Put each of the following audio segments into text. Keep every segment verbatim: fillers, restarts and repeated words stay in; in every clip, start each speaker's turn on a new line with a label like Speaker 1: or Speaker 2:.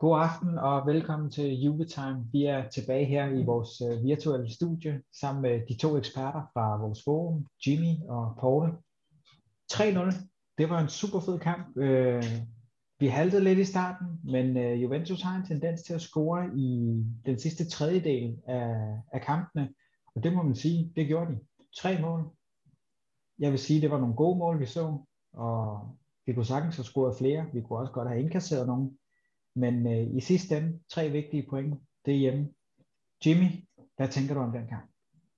Speaker 1: God aften og velkommen til Juvetime. Vi er tilbage her i vores øh, virtuelle studie sammen med de to eksperter fra vores forum, Jimmy og Paul. tre nul, det var en super fed kamp. Øh, vi haltede lidt i starten, men øh, Juventus har en tendens til at score i den sidste tredjedel af, af kampene, og det må man sige, det gjorde de. Tre mål. Jeg vil sige, det var nogle gode mål, vi så, og vi kunne sagtens have scoret flere. Vi kunne også godt have indkasseret nogle. Men øh, i sidste ende, tre vigtige point, det er hjemme. Jimmy, hvad tænker du om den kamp?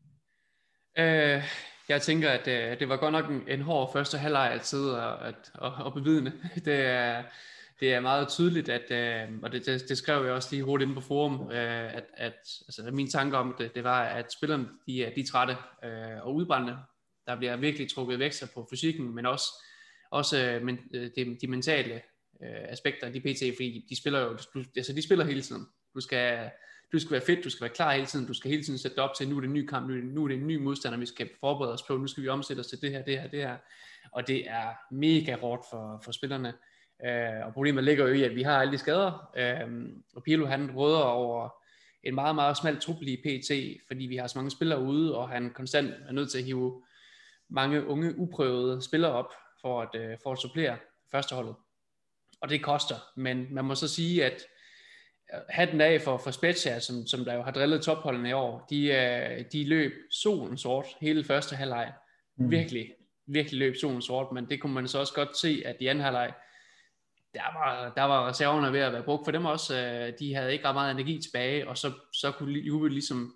Speaker 2: Øh, jeg tænker, at øh, det var godt nok en, en hård første halvleg at sidde og, at, og, og bevidne. Det er, det er meget tydeligt, at, øh, og det, det, det skrev jeg også lige hurtigt inde på forum, øh, at, at altså, mine tanker om det, det var, at spillerne de er, de er trætte øh, og udbrændte. Der bliver virkelig trukket veksler på fysikken, men også, også øh, men, øh, de, de mentale øh, aspekter, de P T, fordi de spiller jo, du, altså de spiller hele tiden. Du skal Du skal være fedt, du skal være klar hele tiden, du skal hele tiden sætte op til, nu er det en ny kamp, nu er det, nu er det en ny modstander, vi skal forberede os på, nu skal vi omsætte os til det her, det her, det her. Og det er mega hårdt for, for spillerne. Øh, og problemet ligger jo i, at vi har alle de skader. Øh, og Pirlo han råder over en meget, meget smal trup lige P T, fordi vi har så mange spillere ude, og han konstant er nødt til at hive mange unge, uprøvede spillere op, for at, øh, for at supplere førsteholdet. Og det koster, men man må så sige, at hatten af for, for Spezia, som, som der jo har drillet topholdene i år, de, de løb solen sort hele første halvleg. Mm. Virkelig, virkelig løb solen sort, men det kunne man så også godt se, at i anden halvleg, der var, der var reserverne ved at være brugt for dem også. De havde ikke ret meget energi tilbage, og så, så kunne Juve ligesom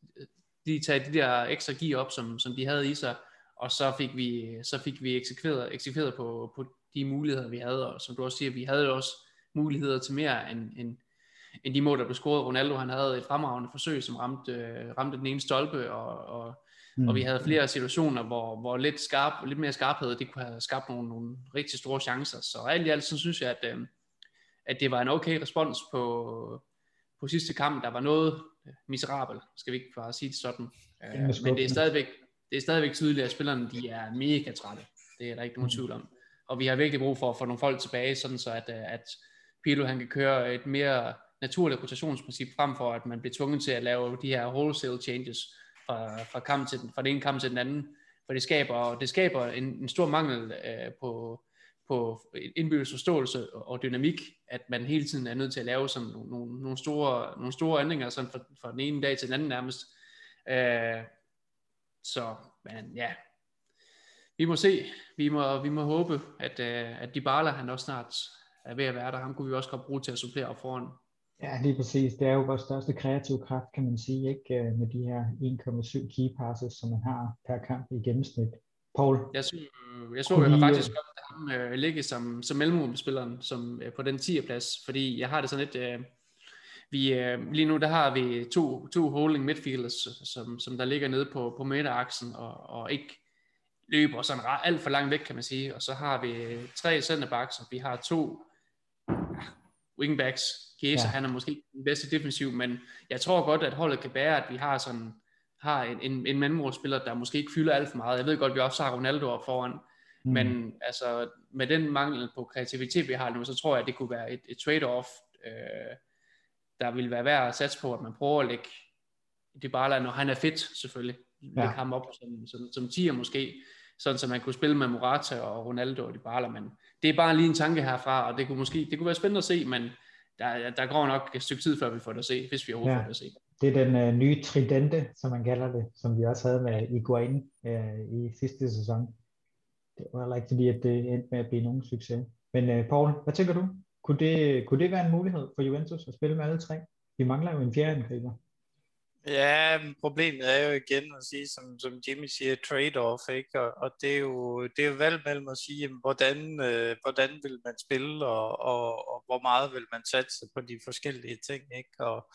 Speaker 2: de tage de der ekstra gear op, som, som de havde i sig, og så fik vi, så fik vi eksekveret, eksekveret på, på de muligheder, vi havde, og som du også siger, vi havde jo også muligheder til mere end, end end de mål, der blev scoret. Ronaldo, han havde et fremragende forsøg, som ramte, øh, ramte den ene stolpe, og, og, mm. og vi havde flere situationer, hvor, hvor lidt, skarp, lidt mere skarphed, det kunne have skabt nogle, nogle rigtig store chancer. Så alt i alt, så synes jeg, at, øh, at det var en okay respons på, på sidste kamp. Der var noget miserabel, skal vi ikke bare sige det sådan. Øh, men det er, stadigvæk, det er stadigvæk tydeligt, at spillerne de er mega trætte. Det er der ikke nogen tvivl om. Og vi har virkelig brug for at få nogle folk tilbage, sådan så at, at Pirlo han kan køre et mere naturligt rotationsprincip, frem for at man bliver tvunget til at lave de her wholesale changes fra, fra, kamp til den, fra den ene kamp til den anden, for det skaber, det skaber en, en stor mangel øh, på, på indbyrdes forståelse og, og dynamik, at man hele tiden er nødt til at lave sådan nogle, nogle, nogle, store, nogle store ændringer sådan fra, fra den ene dag til den anden nærmest. Øh, så men, ja, vi må se, vi må, vi må håbe, at, øh, at Dybala han også snart er ved at være der. Ham kunne vi også godt bruge til at supplere op foran.
Speaker 1: Ja, lige præcis. Det er jo vores største kreative kraft, kan man sige, ikke? Med de her en komma syv key passes, som man har per kamp i gennemsnit. Paul?
Speaker 2: Jeg så, jeg så jo faktisk godt ham øh, ligge som, som mellemrumspilleren som, øh, på den tiende plads, fordi jeg har det sådan lidt, øh, vi, øh, lige nu der har vi to, to holding midfielders, som, som der ligger nede på, på midteraksen, og, og ikke løber sådan alt for langt væk, kan man sige, og så har vi tre centerbacks, og vi har to wingbacks. Chiesa, ja. Han er måske den bedste defensiv, men jeg tror godt, at holdet kan bære, at vi har sådan har en, en, en mellemmålspiller, der måske ikke fylder alt for meget. Jeg ved godt, at vi også har Ronaldo op foran, mm. men altså med den mangel på kreativitet, vi har nu, så tror jeg, at det kunne være et, et trade-off, øh, der vil være værd at satse på, at man prøver at lægge Dybala, når han er fit selvfølgelig, ja. Lægge ham op som, som, som tier måske, sådan så man kunne spille med Morata og Ronaldo og Dybala, men det er bare lige en tanke herfra, og det kunne måske det kunne være spændende at se, men der, der går nok et stykke tid, før vi får det at se, hvis vi overhovedet ja, får det at se.
Speaker 1: Det er den uh, nye tridente, som man kalder det, som vi også havde med Higuain uh, i sidste sæson. Det var heller ikke fordi, at det endte med at blive nogen succes. Men uh, Paul, hvad tænker du? Kunne det, kunne det være en mulighed for Juventus at spille med alle tre? Vi mangler jo en fjerde angriber.
Speaker 3: Ja, men problemet er jo igen at sige, som, som Jimmy siger, trade-off, ikke? Og, og det er jo det er jo valg mellem at sige, jamen, hvordan, øh, hvordan vil man spille, og, og, og hvor meget vil man satse på de forskellige ting, ikke? Og,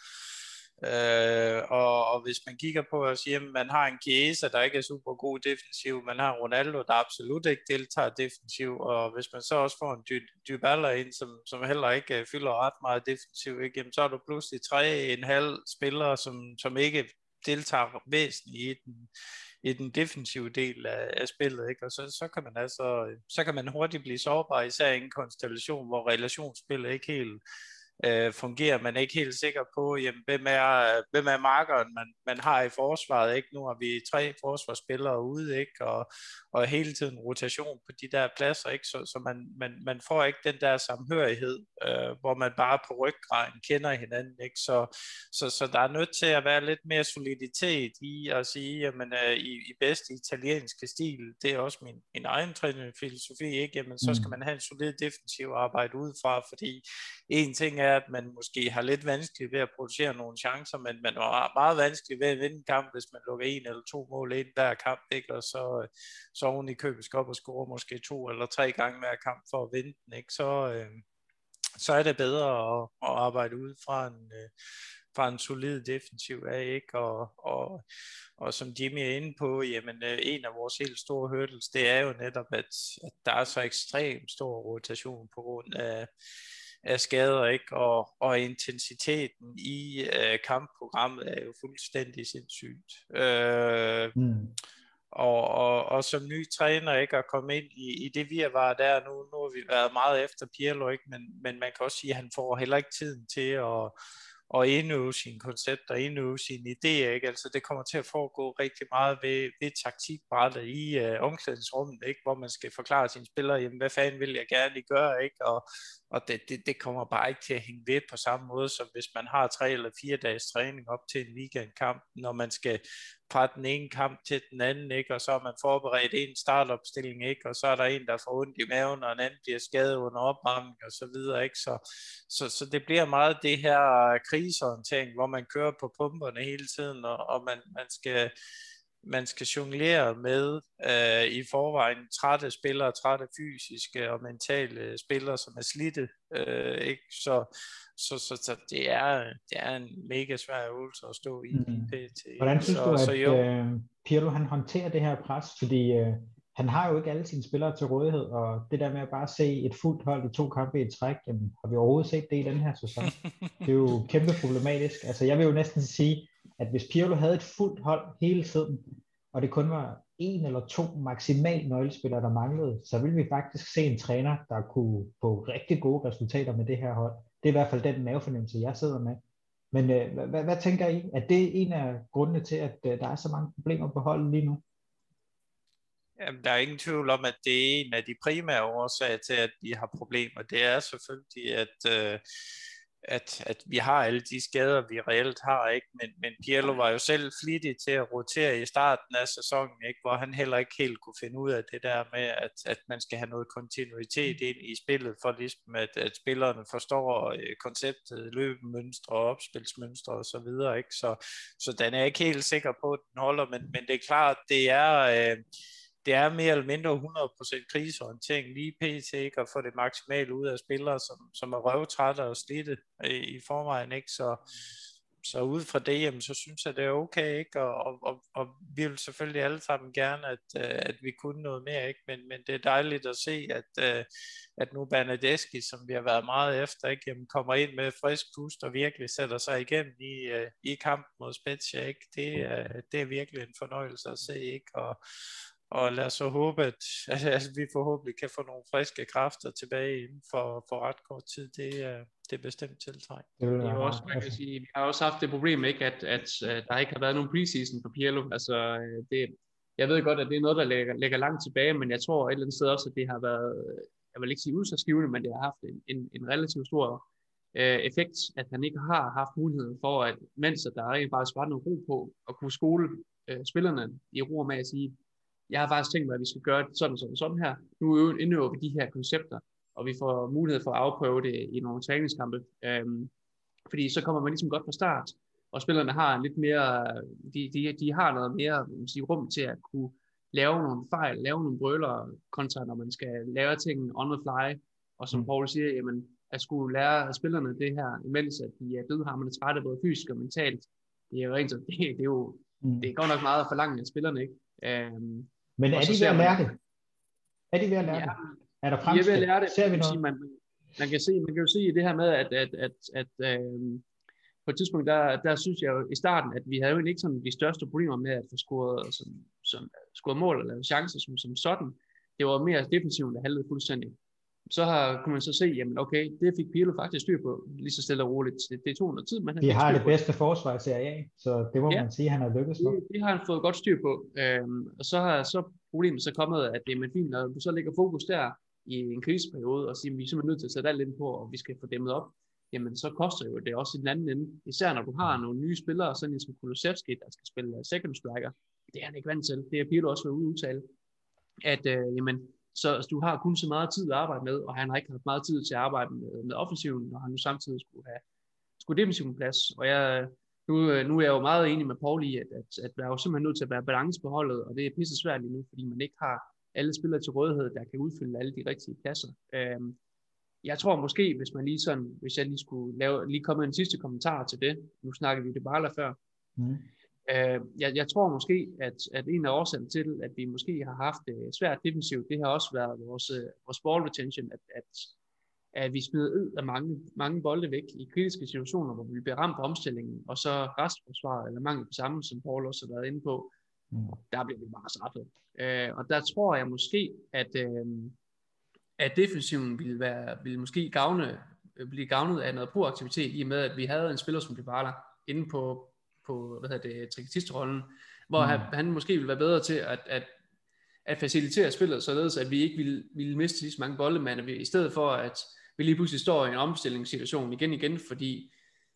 Speaker 3: øh, og, og hvis man kigger på at sige, jamen, man har en Chiesa, der ikke er super god defensiv, man har Ronaldo, der absolut ikke deltager defensiv, og hvis man så også får en Dy- Dybala ind, som, som heller ikke fylder ret meget defensiv, ikke? Jamen, så er du pludselig tre en halv spillere, som, som ikke deltager væsentligt i den, i den defensive del af, af spillet, ikke? Og så, så kan man altså så kan man hurtigt blive sårbar, især i en konstellation, hvor relationsspillet ikke helt øh, fungerer. Man er ikke helt sikker på, jamen, hvem er, hvem er markeren, man, man har i forsvaret, ikke? Nu har vi tre forsvarsspillere ude, ikke? Og, og hele tiden rotation på de der pladser, ikke? Så, så man, man, man får ikke den der samhørighed, øh, hvor man bare på ryggraden kender hinanden, ikke? Så, så, så der er nødt til at være lidt mere soliditet i at sige, jamen øh, i, i bedste italienske stil, det er også min, min egen trænerfilosofi, ikke? Jamen så skal man have en solid defensiv arbejde udefra, fordi en ting er, at man måske har lidt vanskeligt ved at producere nogle chancer, men man har meget vanskeligt ved at vinde en kamp, hvis man lukker en eller to mål ind hver kamp, ikke? Og så, så oven i købet skal op og score måske to eller tre gange hver kamp for at vinde den, ikke? Så, øh, så er det bedre at, at arbejde ud fra en, øh, fra en solid defensiv af, ikke? Og, og, og som Jimmy er inde på, jamen øh, en af vores helt store hurdles, det er jo netop, at, at der er så ekstremt stor rotation på grund af af skader, ikke? Og, og intensiteten i øh, kampprogrammet er jo fuldstændig sindssygt. Øh, mm. og, og, og som ny træner, ikke, at komme ind i, i det virvar der, nu, nu har vi været meget efter Pirlo, ikke? Men, men man kan også sige, at han får heller ikke tiden til at og indøve sine koncepter, indøve sine idéer, ikke? Altså det kommer til at foregå rigtig meget ved, ved taktikbrættet i øh, omklædningsrummet, ikke? Hvor man skal forklare sine spillere, jamen hvad fanden vil jeg gerne lige gøre, ikke? Og, og det, det, det kommer bare ikke til at hænge ved på samme måde, som hvis man har tre eller fire dages træning op til en weekendkamp, når man skal fra den ene kamp til den anden, ikke? Og så har man forberedt en startopstilling, ikke? Og så er der en, der får ondt i maven, og en anden bliver skadet under opvarmning og så videre, ikke? Så, så, så det bliver meget det her kriseorientering, hvor man kører på pumperne hele tiden, og, og man, man skal man skal jonglere med øh, i forvejen trætte spillere, trætte fysiske og mentale spillere, som er slidte, øh, ikke? Så, så, så, så det, er, det er en mega svær øvelse at stå i.
Speaker 1: Mm.
Speaker 3: P T.
Speaker 1: Hvordan synes
Speaker 3: så,
Speaker 1: du, at
Speaker 3: så
Speaker 1: øh, Pirlo han håndterer det her pres? Fordi øh, han har jo ikke alle sine spillere til rådighed, og det der med at bare se et fuldt hold i to kampe i et træk, jamen, har vi overhovedet set det i den her sæson? Det er jo kæmpe problematisk. Altså jeg vil jo næsten sige, at hvis Pirlo havde et fuldt hold hele tiden, og det kun var en eller to maksimalt nøglespillere, der manglede, så ville vi faktisk se en træner, der kunne få rigtig gode resultater med det her hold. Det er i hvert fald den mavefornemmelse, jeg sidder med. Men øh, hvad, hvad tænker I? Er det en af grundene til, at øh, der er så mange problemer på holdet lige nu?
Speaker 3: Jamen, der er ingen tvivl om, at det er en af de primære årsager til, at vi har problemer. Det er selvfølgelig, at... Øh, At, at vi har alle de skader, vi reelt har, ikke? Men, men Pirlo var jo selv flittig til at rotere i starten af sæsonen, ikke? Hvor han heller ikke helt kunne finde ud af det der med, at, at man skal have noget kontinuitet ind i spillet, for ligesom at, at spillerne forstår øh, konceptet, løbemønstre, opspilsmønstre og så videre, ikke? Så, så den er jeg ikke helt sikker på, at den holder, men, men det er klart, det er... Øh, Det er mere eller mindre hundrede procent kriseorientering lige pt, ikke? At få det maksimale ud af spillere, som, som er røvtrætte og slidte i, i forvejen, ikke? Så, så ud fra det, jamen, så synes jeg, det er okay, ikke? Og, og, og, og vi vil selvfølgelig alle sammen gerne, at, at vi kunne noget mere, ikke? Men, men det er dejligt at se, at, at nu Bernardeschi, som vi har været meget efter, ikke? Jamen, kommer ind med frisk pust og virkelig sætter sig igennem i, i kampen mod Spezia, ikke? Det, det er virkelig en fornøjelse at se, ikke? Og Og lad os så håbe, at, at vi forhåbentlig kan få nogle friske kræfter tilbage inden for, for ret kort tid. Det er, det er bestemt tiltræk.
Speaker 2: Det er jo også, man kan sige, vi har også haft det problem, ikke, at, at, at der ikke har været nogen preseason for Pirlo. Altså, det, jeg ved godt, at det er noget, der ligger, ligger langt tilbage, men jeg tror et eller andet sted også, at det har været, jeg vil ikke sige udslagsgivende, men det har haft en, en, en relativt stor øh, effekt, at han ikke har haft muligheden for, at mens at der rent faktisk var noget ro på, at kunne skole øh, spillerne i ro med at sige, jeg har faktisk tænkt mig, at vi skal gøre det sådan og sådan, sådan her. Nu indøver vi de her koncepter, og vi får mulighed for at afprøve det i nogle træningskampe. Øhm, fordi så kommer man ligesom godt fra start, og spillerne har en lidt mere, de, de, de har noget mere sige, rum til at kunne lave nogle fejl, lave nogle brøler, kontra når man skal lave tingene on the fly. Og som Paul siger, jamen, at skulle lære spillerne det her, imens at de er dødhamrende trætte, både fysisk og mentalt, det er jo rent, det, det er jo det er godt nok meget at forlange af spillerne, ikke? Øhm,
Speaker 1: Men er de ved at lære det? Er de ved at lære
Speaker 2: ja,
Speaker 1: det? Er der fremskridt?
Speaker 2: De er ved at lære det.
Speaker 1: Ser vi noget?
Speaker 2: Man, man, kan se, man kan jo se det her med, at, at, at, at øhm, på et tidspunkt, der, der synes jeg jo i starten, at vi havde jo ikke sådan de største problemer med at få scoret, som, som, scoret mål eller chancer som, som sådan. Det var mere defensiven, der handlede fuldstændig. så har, kunne man så se, jamen okay, det fik Pirlo faktisk styr på, lige så stille og roligt. Det, det tog noget tid, men han
Speaker 1: De
Speaker 2: fik
Speaker 1: har
Speaker 2: styr
Speaker 1: det
Speaker 2: på
Speaker 1: bedste forsvar i Serie A, så det må
Speaker 2: ja,
Speaker 1: man sige, han har lykkes med.
Speaker 2: det, det har han fået godt styr på. Øhm, og så har så problemet så kommet, at det er fint, når du så lægger fokus der i en kriseperiode, og siger, at vi er simpelthen nødt til at sætte alt ind på, og vi skal få dæmmet op, jamen så koster jo det også i den anden ende. Især når du har nogle nye spillere, sådan en som Kulusevski, der skal spille second striker. Det er han ikke vant til. Det er Pirlo også været ude udtale. At øh, jamen, så altså, du har kun så meget tid at arbejde med, og han har ikke haft meget tid til at arbejde med, med offensiven, når han nu samtidig skulle have skulle defensiven plads. Og jeg, nu, nu er jeg jo meget enig med Paul i, at, at, at der er jo simpelthen nødt til at være balance på holdet, og det er pisse svært lige nu, fordi man ikke har alle spillere til rådighed, der kan udfylde alle de rigtige pladser. Øhm, jeg tror måske, hvis man lige sådan, hvis jeg lige skulle lave, lige komme med en sidste kommentar til det, nu snakker vi det bare før, mm. øh, jeg, jeg tror måske, at, at en af årsagerne til, at vi måske har haft det svært defensivt, det har også været vores, vores ball retention, at, at, at vi smider ud af mange, mange bolde væk i kritiske situationer, hvor vi bliver ramt på omstillingen, og så restforsvaret, eller mangel på samme, som Paul også har været inde på, mm. der bliver vi bare straffet. Øh, og der tror jeg måske, at øh, at defensiven ville, være, ville måske gavne, blive gavnet af noget proaktivitet, i og med, at vi havde en spiller som Dybala inde på, på hvad hedder det, triketistrollen, hvor mm. han, han måske ville være bedre til at, at, at facilitere spillet, således at vi ikke ville, ville miste lige så mange bolde, men at vi, i stedet for, at vi lige pludselig står i en omstillingssituation igen igen, fordi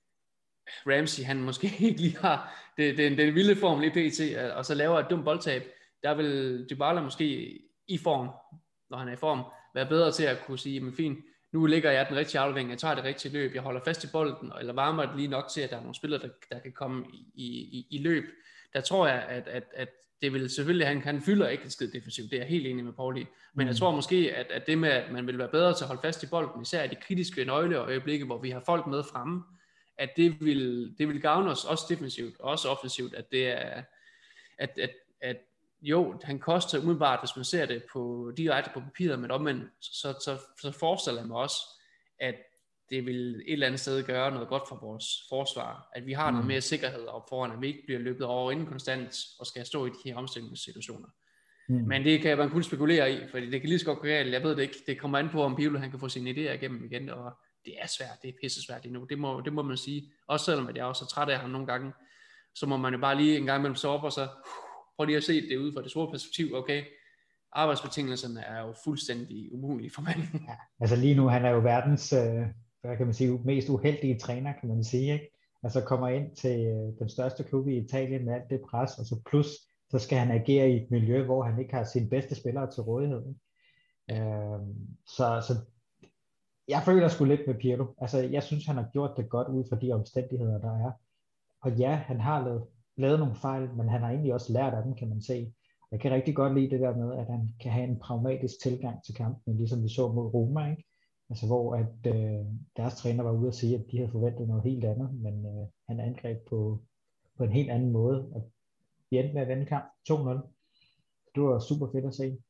Speaker 2: Ramsey, han måske ikke lige har det, den, den vilde form lige pt, og så laver et dumt boldtab, der vil Dybala måske i form, når han er i form, være bedre til at kunne sige, men fint, nu ligger jeg den rigtige aflevering, jeg tager det rigtige løb, jeg holder fast i bolden, eller varmer det lige nok til, at der er nogle spillere, der, der kan komme i, i, i løb. Der tror jeg, at, at, at det vil selvfølgelig, han, han fylder ikke et skid defensivt, det er jeg helt enig med Pauli, men mm. jeg tror måske, at, at det med, at man vil være bedre til at holde fast i bolden, især i de kritiske nøgleøjeblikke, hvor vi har folk med fremme, at det vil, det vil gavne os også defensivt, og også offensivt, at det er, at, at, at jo, han koster umiddelbart, hvis man ser det på direkte på papiret, men omvendt, så, så, så forestiller jeg mig også, at det vil et eller andet sted gøre noget godt for vores forsvar, at vi har mm. noget mere sikkerhed op foran, at vi ikke bliver løbet over inden konstant, og skal stå i de her omstillingssituationer. Mm. Men det kan man kun spekulere i, fordi det kan lige så godt gå galt, jeg ved det ikke, det kommer an på, om Pirlo han kan få sine idéer igennem igen, og det er svært, det er pisse svært lige nu, det må, det må man sige, også selvom at jeg også er træt af ham nogle gange, så må man jo bare lige en gang imellem stå op og så prøv lige at se det ud fra det store perspektiv, okay, arbejdsbetingelserne er jo fuldstændig umulige for manden.
Speaker 1: Ja, altså lige nu, han er jo verdens, øh, hvad kan man sige, mest uheldige træner, kan man sige, ikke? Altså kommer ind til øh, den største klub i Italien med alt det pres, og så plus, så skal han agere i et miljø, hvor han ikke har sine bedste spillere til rådighed. Øh, så, så jeg føler sgu lidt med Pirlo. Altså jeg synes, han har gjort det godt ud fra de omstændigheder, der er. Og ja, han har lavet lavet nogle fejl, men han har egentlig også lært af dem, kan man se. Jeg kan rigtig godt lide det der med, at han kan have en pragmatisk tilgang til kampen, ligesom vi så mod Roma, ikke? Altså hvor at øh, deres træner var ude at sige, at de havde forventet noget helt andet, men øh, han angreb på, på en helt anden måde, og vi endte med at vende kamp to nul. Det var super fedt at se.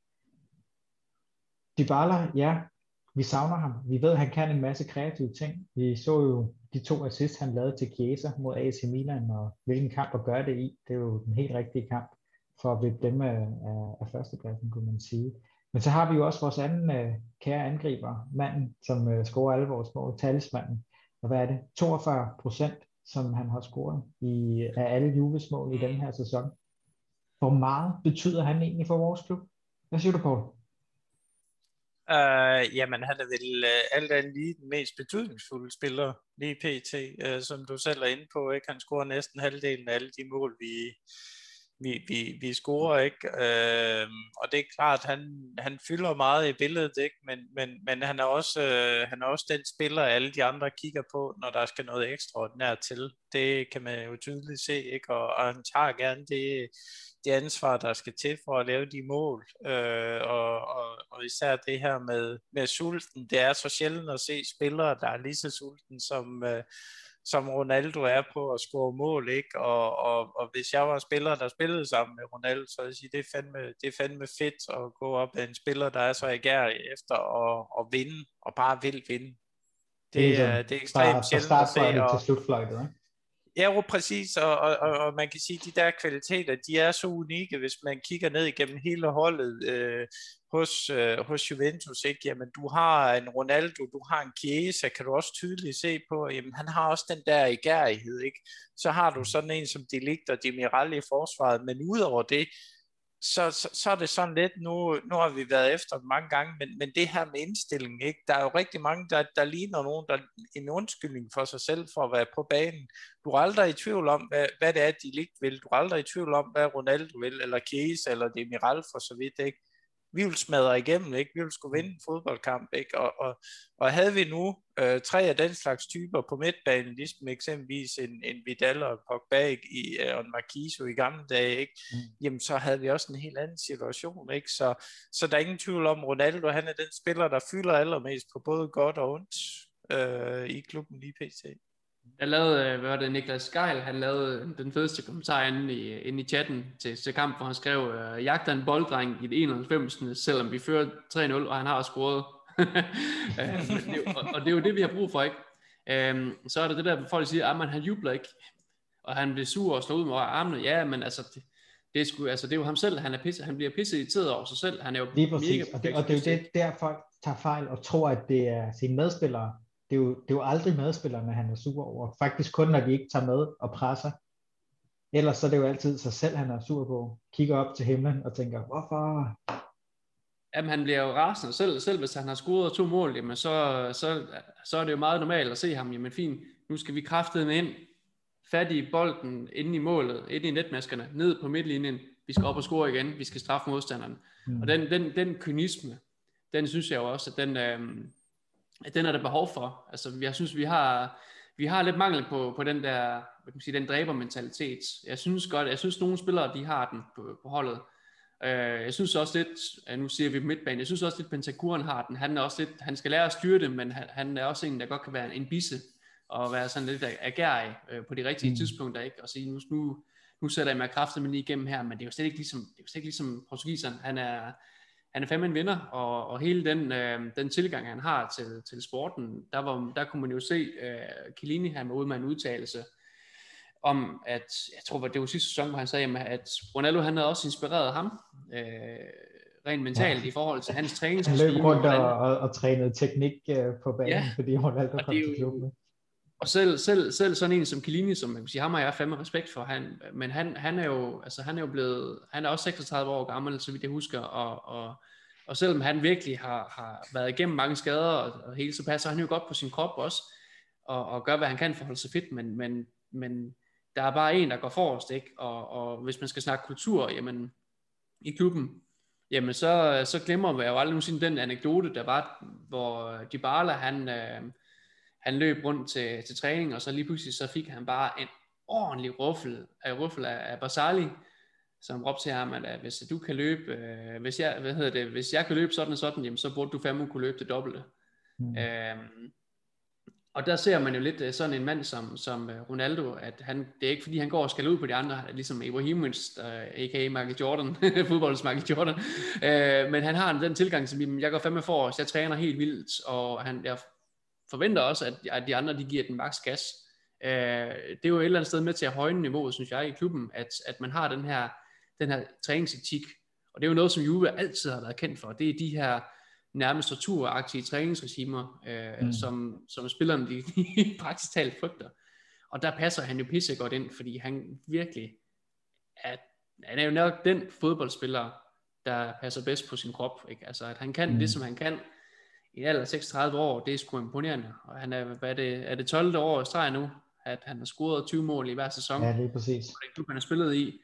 Speaker 1: Dybala, ja, vi savner ham. Vi ved, at han kan en masse kreative ting. Vi så jo de to assist, han lavede til Chiesa mod A C Milan, og hvilken kamp at gøre det i. Det er jo den helt rigtige kamp for at vippe dem af, af, af førstepladsen, kunne man sige. Men så har vi jo også vores anden uh, kære angriber, manden, som uh, scorer alle vores mål, talismanden. Og hvad er det? toogfyrre procent, som han har scoret i, af alle Juves mål i den her sæson. Hvor meget betyder han egentlig for vores klub? Hvad siger du, Paul?
Speaker 3: Uh, jamen han er vel uh, alt andet lige den mest betydningsfulde spiller lige pt, uh, som du selv er inde på, ikke? Han scorer næsten halvdelen af alle de mål vi, vi, vi, vi scorer, ikke? Uh, og det er klart, han, han fylder meget i billedet, ikke? Men, men, men han er også uh, han er også den spiller, alle de andre kigger på, når der skal noget ekstraordinært til. Det kan man jo tydeligt se, ikke? Og, og han tager gerne det det ansvar, der skal til for at lave de mål, øh, og, og, og især det her med, med sulten, det er så sjældent at se spillere, der er lige så sulten, som, øh, som Ronaldo er på at score mål, ikke? Og, og, og hvis jeg var en spiller, der spillede sammen med Ronaldo, så vil jeg sige, det er fandme, det er fandme fedt at gå op af en spiller, der er så agerig efter at, at vinde, og bare vil vinde. Det, det er, det er ekstremt sjældent at se.
Speaker 1: Og til slutfløjtet, ikke?
Speaker 3: Ja, jo, præcis, og, og, og, og man kan sige, at de der kvaliteter, de er så unikke, hvis man kigger ned igennem hele holdet øh, hos, øh, hos Juventus, ikke? Jamen, du har en Ronaldo, du har en Chiesa, kan du også tydeligt se på, jamen, han har også den der egærighed, ikke? Så har du sådan en som De Ligt og Demiral i forsvaret, men udover det, Så, så, så er det sådan lidt, nu, nu har vi været efter det mange gange, men, men det her med indstilling, ikke? Der er jo rigtig mange, der, der ligner nogen, der en undskyldning for sig selv for at være på banen. Du er aldrig i tvivl om, hvad, hvad det er, De Ligt vil. Du er aldrig i tvivl om, hvad Ronaldo vil, eller Chiesa, eller Demiral for så vidt, ikke? Vi vil smadre igennem, ikke? Vi vil skulle vinde en fodboldkamp, ikke? Og, og, og havde vi nu øh, tre af den slags typer på midtbanen, ligesom eksempelvis en, en Vidal og Pogba i, øh, og en Marquinhos i gamle dage, ikke? Mm. Jamen så havde vi også en helt anden situation, ikke? Så, så der er ingen tvivl om, Ronaldo, han er den spiller, der fylder allermest på både godt og ondt øh, i klubben lige pt.
Speaker 2: Jeg lavede, hvad var det, Niklas Geil, han lavede den fedeste kommentar inde i, inde i chatten til, til kamp, hvor han skrev, jagter en bolddreng i det enoghalvfems, selvom vi fører tre nul, og han har scoret. og, og det er jo det, vi har brug for, ikke? Um, så er det det der, folk siger, at han jubler ikke, og han bliver sur og slår ud med armene. Ja, men altså, det, det, er, sgu, altså, det er jo ham selv, han, er pisse, han bliver pisset irriteret over sig selv. Han er jo
Speaker 1: lige præcis, og det, og det er jo det, der folk tager fejl og tror, at det er sine medspillere. Det er, jo, det er jo aldrig medspillerne, han er sur over. Faktisk kun, når de ikke tager med og presser. Ellers så er det jo altid sig selv, han er sur på. Kigger op til himlen og tænker, hvorfor?
Speaker 2: Jamen, han bliver jo rasende. Selv, selv hvis han har scoret to mål, jamen, så, så, så er det jo meget normalt at se ham. Jamen fint, nu skal vi kraftedeme ind. Fat i bolden inde i målet, inde i netmaskerne, ned på midtlinjen. Vi skal op og score igen. Vi skal straffe modstanderen. Mm. Og den, den, den kynisme, den synes jeg jo også, at den... Øhm, den er der behov for. Altså, jeg synes, vi har, vi har lidt mangel på, på den der, hvad kan man sige, den dræbermentalitet. Jeg synes godt, jeg synes, nogle spillere, de har den på, på holdet. Uh, jeg synes også lidt, nu siger vi midtbanen, jeg synes også lidt, Bentancur har den. Han er også lidt, han skal lære at styre det, men han, han er også en, der godt kan være en bisse, og være sådan lidt agerig uh, på de rigtige mm. tidspunkter, ikke? Og sige, nu, nu, nu sætter jeg mig kraftigt lige igennem her, men det er jo slet ikke ligesom, det er jo slet ikke ligesom portugiseren. Han er, Han er fandme en vinder, og, og hele den, øh, den tilgang, han har til, til sporten, der, var, der kunne man jo se, øh, Chiellini, han var ude med en udtalelse om, at, jeg tror, det var sidste sæson, hvor han sagde, at Ronaldo, han havde også inspireret ham, øh, rent mentalt, ja. I forhold til hans træningsregime.
Speaker 1: Han løb rundt og, og, og trænede teknik øh, på banen, ja. Fordi Ronaldo kom til klubben.
Speaker 2: Og selv, selv, selv sådan en som Chiellini, som man kan sige, ham har jeg fandme respekt for, han, men han, han, er jo, altså, han er jo blevet, han er også seksogtredive år gammel, så vidt jeg husker, og, og, og selvom han virkelig har, har været igennem mange skader, og, og hele så passer han jo godt på sin krop også, og, og gør, hvad han kan for at holde sig fit, men, men, men der er bare en, der går forrest, ikke? Og, og hvis man skal snakke kultur, jamen, i klubben, jamen så, så glemmer jeg jo aldrig nogensinde den anekdote, der var, hvor Dybala, han... Øh, Han løb rundt til, til træning, og så lige pludselig så fik han bare en ordentlig ruffel af, ruffel af, af Barzagli, som råbte til ham, at hvis du kan løbe, øh, hvis, jeg, hvad hedder det, hvis jeg kan løbe sådan og sådan, jamen, så burde du fandme kunne løbe det dobbelte. Mm. Øhm, og der ser man jo lidt sådan en mand som, som Ronaldo, at han, det er ikke fordi han går og skal ud på de andre, ligesom Ibrahimovic, uh, a k a. Michael Jordan, fodboldens Michael Jordan, øh, men han har den tilgang, som jeg går fandme for os, jeg træner helt vildt, og han, jeg forventer også, at, at de andre, de giver den maks gas. Øh, det er jo et eller andet sted med til at højne niveauet, synes jeg, i klubben, at, at man har den her, den her træningsetik, og det er jo noget, som Juve altid har været kendt for. Det er de her nærmest torturagtige træningsregimer, øh, mm. som, som spillerne de, de praktisk talt frygter. Og der passer han jo pisse godt ind, fordi han virkelig er, han er jo nok den fodboldspiller, der passer bedst på sin krop. Ikke? Altså, at han kan mm. det, som han kan, i en alder af seksogtredive år, det er sgu imponerende. Og han er, hvad er det, er det tolvte år i streg nu, at han har scoret tyve mål i hver sæson.
Speaker 1: Ja, det er præcis.
Speaker 2: Og den klub, han har spillet i.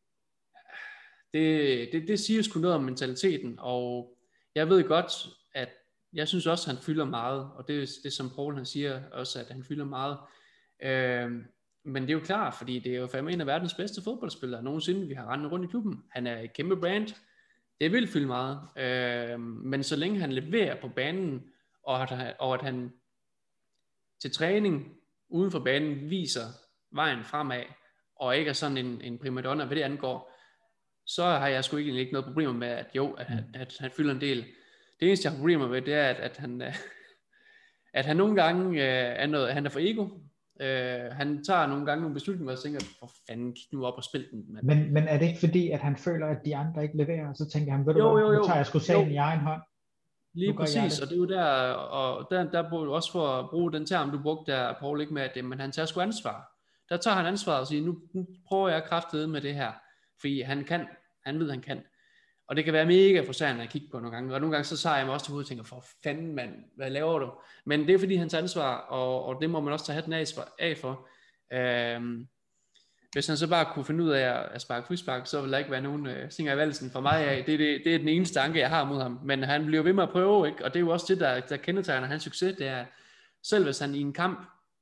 Speaker 2: Det, det, det siger sgu noget om mentaliteten, og jeg ved godt, at jeg synes også, at han fylder meget, og det er det, som Paul han siger også, at han fylder meget. Øh, men det er jo klart, fordi det er jo fandme en af verdens bedste fodboldspillere nogensinde, vi har rendt rundt i klubben. Han er et kæmpe brand. Det vil fylde meget, øh, men så længe han leverer på banen, og at, og at han til træning uden for banen viser vejen fremad, og ikke er sådan en, en primadonna, hvad det angår, så har jeg sgu ikke, ikke noget problemer med, at jo, at, at, at han fylder en del. Det eneste, jeg har problemer med, det er, at, at, han, at han nogle gange øh, er noget, han er for ego, Øh, han tager nogle gange nogle beslutninger, og tænker, for fanden, kig nu op og spil den. Men,
Speaker 1: Men, men er det ikke fordi, at han føler, at de andre ikke leverer, og så tænker han, ved du
Speaker 2: jo,
Speaker 1: hvad,
Speaker 2: jo, jo.
Speaker 1: nu tager jeg sgu sagen i egen hånd.
Speaker 2: Lige præcis, og det er jo der, og der, der bruger også for at bruge den term, du brugte der, Paul, ikke med, at det, men han tager sgu ansvar. Der tager han ansvar og siger, nu, nu prøver jeg kraftedet med det her, fordi han kan, han ved, han kan. Og det kan være mega frustrerende at kigge på nogle gange, og nogle gange så tager jeg mig også til hovedet og tænker, for fanden mand, hvad laver du? Men det er fordi han tager ansvar, og, og det må man også tage hatten af for. Øhm, hvis han så bare kunne finde ud af at sparke frispark, så vil der ikke være nogen øh, Singer i valsen for mig af. Det er, det, det er den eneste anke, jeg har mod ham. Men han bliver ved med at prøve, ikke? Og det er jo også det, der, der kendetegner hans succes. Det er, selv hvis han i en kamp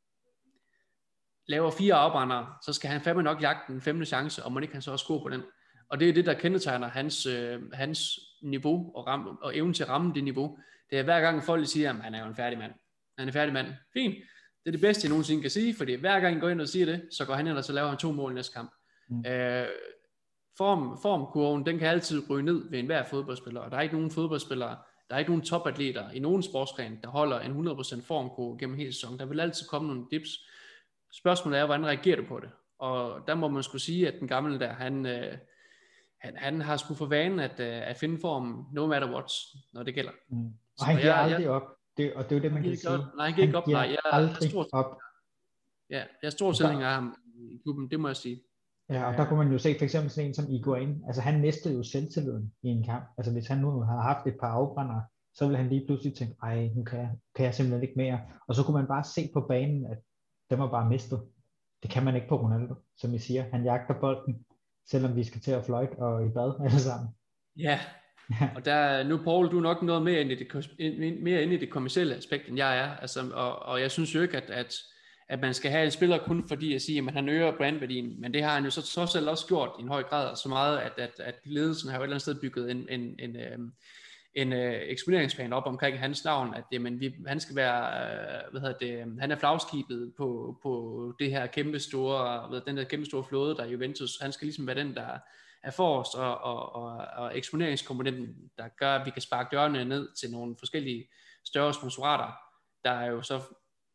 Speaker 2: laver fire afbrændere, så skal han fandme nok jagte den femte chance, og må ikke han så også score på den. Og det er det, der kendetegner hans, øh, hans niveau og, ramme, og evne til at ramme det niveau. Det er hver gang folk siger, at han er jo en færdig mand. Han er en færdig mand. Fint. Det er det bedste, jeg nogensinde kan sige, fordi hver gang han går ind og siger det, så går han ind og så laver han to mål næste kamp. Mm. Øh, form, formkurven, den kan altid ryge ned ved enhver fodboldspiller, og der er ikke nogen fodboldspillere, der er ikke nogen topatleter i nogen sportsgren, der holder en hundrede procent formkurve gennem hele sæsonen. Der vil altid komme nogle dips. Spørgsmålet er, hvordan reagerer du på det? Og der må man skulle sige, at den gamle der, han, øh, han, han har sgu for vanen at, øh, at finde form no matter what, når det gælder.
Speaker 1: Mm. Og han giver jeg, aldrig jeg, op. Det, og det er jo det, man kan sige.
Speaker 2: Op. Nej, han giver ikke op. Nej, jeg
Speaker 1: aldrig
Speaker 2: stor,
Speaker 1: op.
Speaker 2: Ja, jeg er stor tilhænger af ham i klubben, det må jeg sige.
Speaker 1: Ja, og der kunne man jo se for eksempel sådan en som Higuaín. Altså han mistede jo selvtilliden i en kamp. Altså hvis han nu har haft et par afbrændere, så ville han lige pludselig tænke, ej, nu kan jeg, kan jeg simpelthen ikke mere. Og så kunne man bare se på banen, at den var bare mistet. Det kan man ikke på Ronaldo, som I siger. Han jagter bolden, selvom vi skal til at fløjte og i bad alle sammen.
Speaker 2: Ja, og der, nu Paul, du er nok noget mere ind i det, mere ind i det kommercielle aspekt, end jeg er. Altså, og, og jeg synes jo ikke, at, at, at man skal have en spiller kun fordi at sige, at han øger brandværdien. Men det har han jo så trods alt også gjort i en høj grad, og så meget, at, at, at ledelsen har jo et eller andet sted bygget en, en, en, en, en uh, eksponeringsplan op omkring hans navn, at jamen, vi, han skal være, uh, hvad hedder det, han er flagskibet på, på det her kæmpe store, hvad, den der kæmpe store flåde, der er Juventus. Han skal ligesom være den, der er forrest, og, og, og, og eksponeringskomponenten, der gør, at vi kan sparke dørene ned til nogle forskellige større sponsorater, der er jo så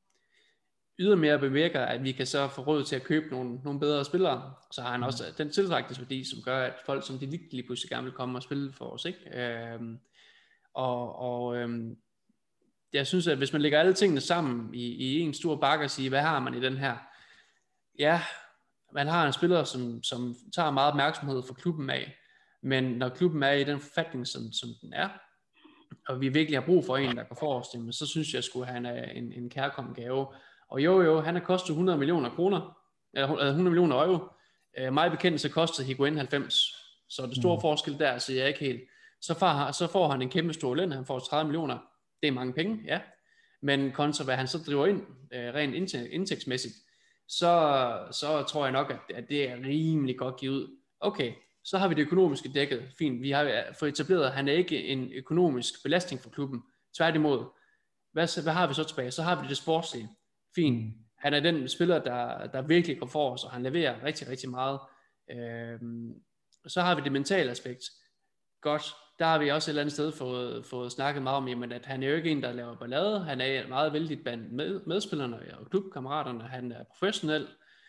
Speaker 2: ydermere bevirker, at vi kan så få råd til at købe nogle, nogle bedre spillere. Så har han også den tiltrækningsværdi, som gør, at folk som de lige pludselig gerne vil komme og spille for os, ikke? Øhm, og og øhm, jeg synes, at hvis man lægger alle tingene sammen i, i en stor bakke og siger, hvad har man i den her? Ja, man har en spiller, som, som tager meget opmærksomhed for klubben af, men når klubben er i den forfatning, som, som den er, og vi virkelig har brug for en, der går forrest, så synes jeg, at skulle han er en, en kærkommen gave. Og jo jo, han har kostet hundrede millioner kroner, eller hundrede millioner euro. Øh, mig bekendt, så kostede Higuaín halvfems. Så det store mm. forskel der, så jeg ikke helt. Så får, så får han en kæmpe stor løn, han får tredive millioner. Det er mange penge, ja. Men kontra hvad han så driver ind, øh, rent indtægtsmæssigt, så, så tror jeg nok, at, at det er rimelig godt givet ud. Okay, så har vi det økonomiske dækket. Fint, vi har fået etableret, at han er ikke en økonomisk belastning for klubben. Tværtimod. Hvad, hvad har vi så tilbage? Så har vi det sportslige. Fint. Han er den spiller, der, der virkelig går for os, og han leverer rigtig, rigtig meget. Øhm, så har vi det mentale aspekt. Godt, der har vi også et eller andet sted fået, fået snakket meget om, jamen, at han er jo ikke en, der laver ballade. Han er meget vældig blandt med, medspillerne og klubkammeraterne. Han er professionel,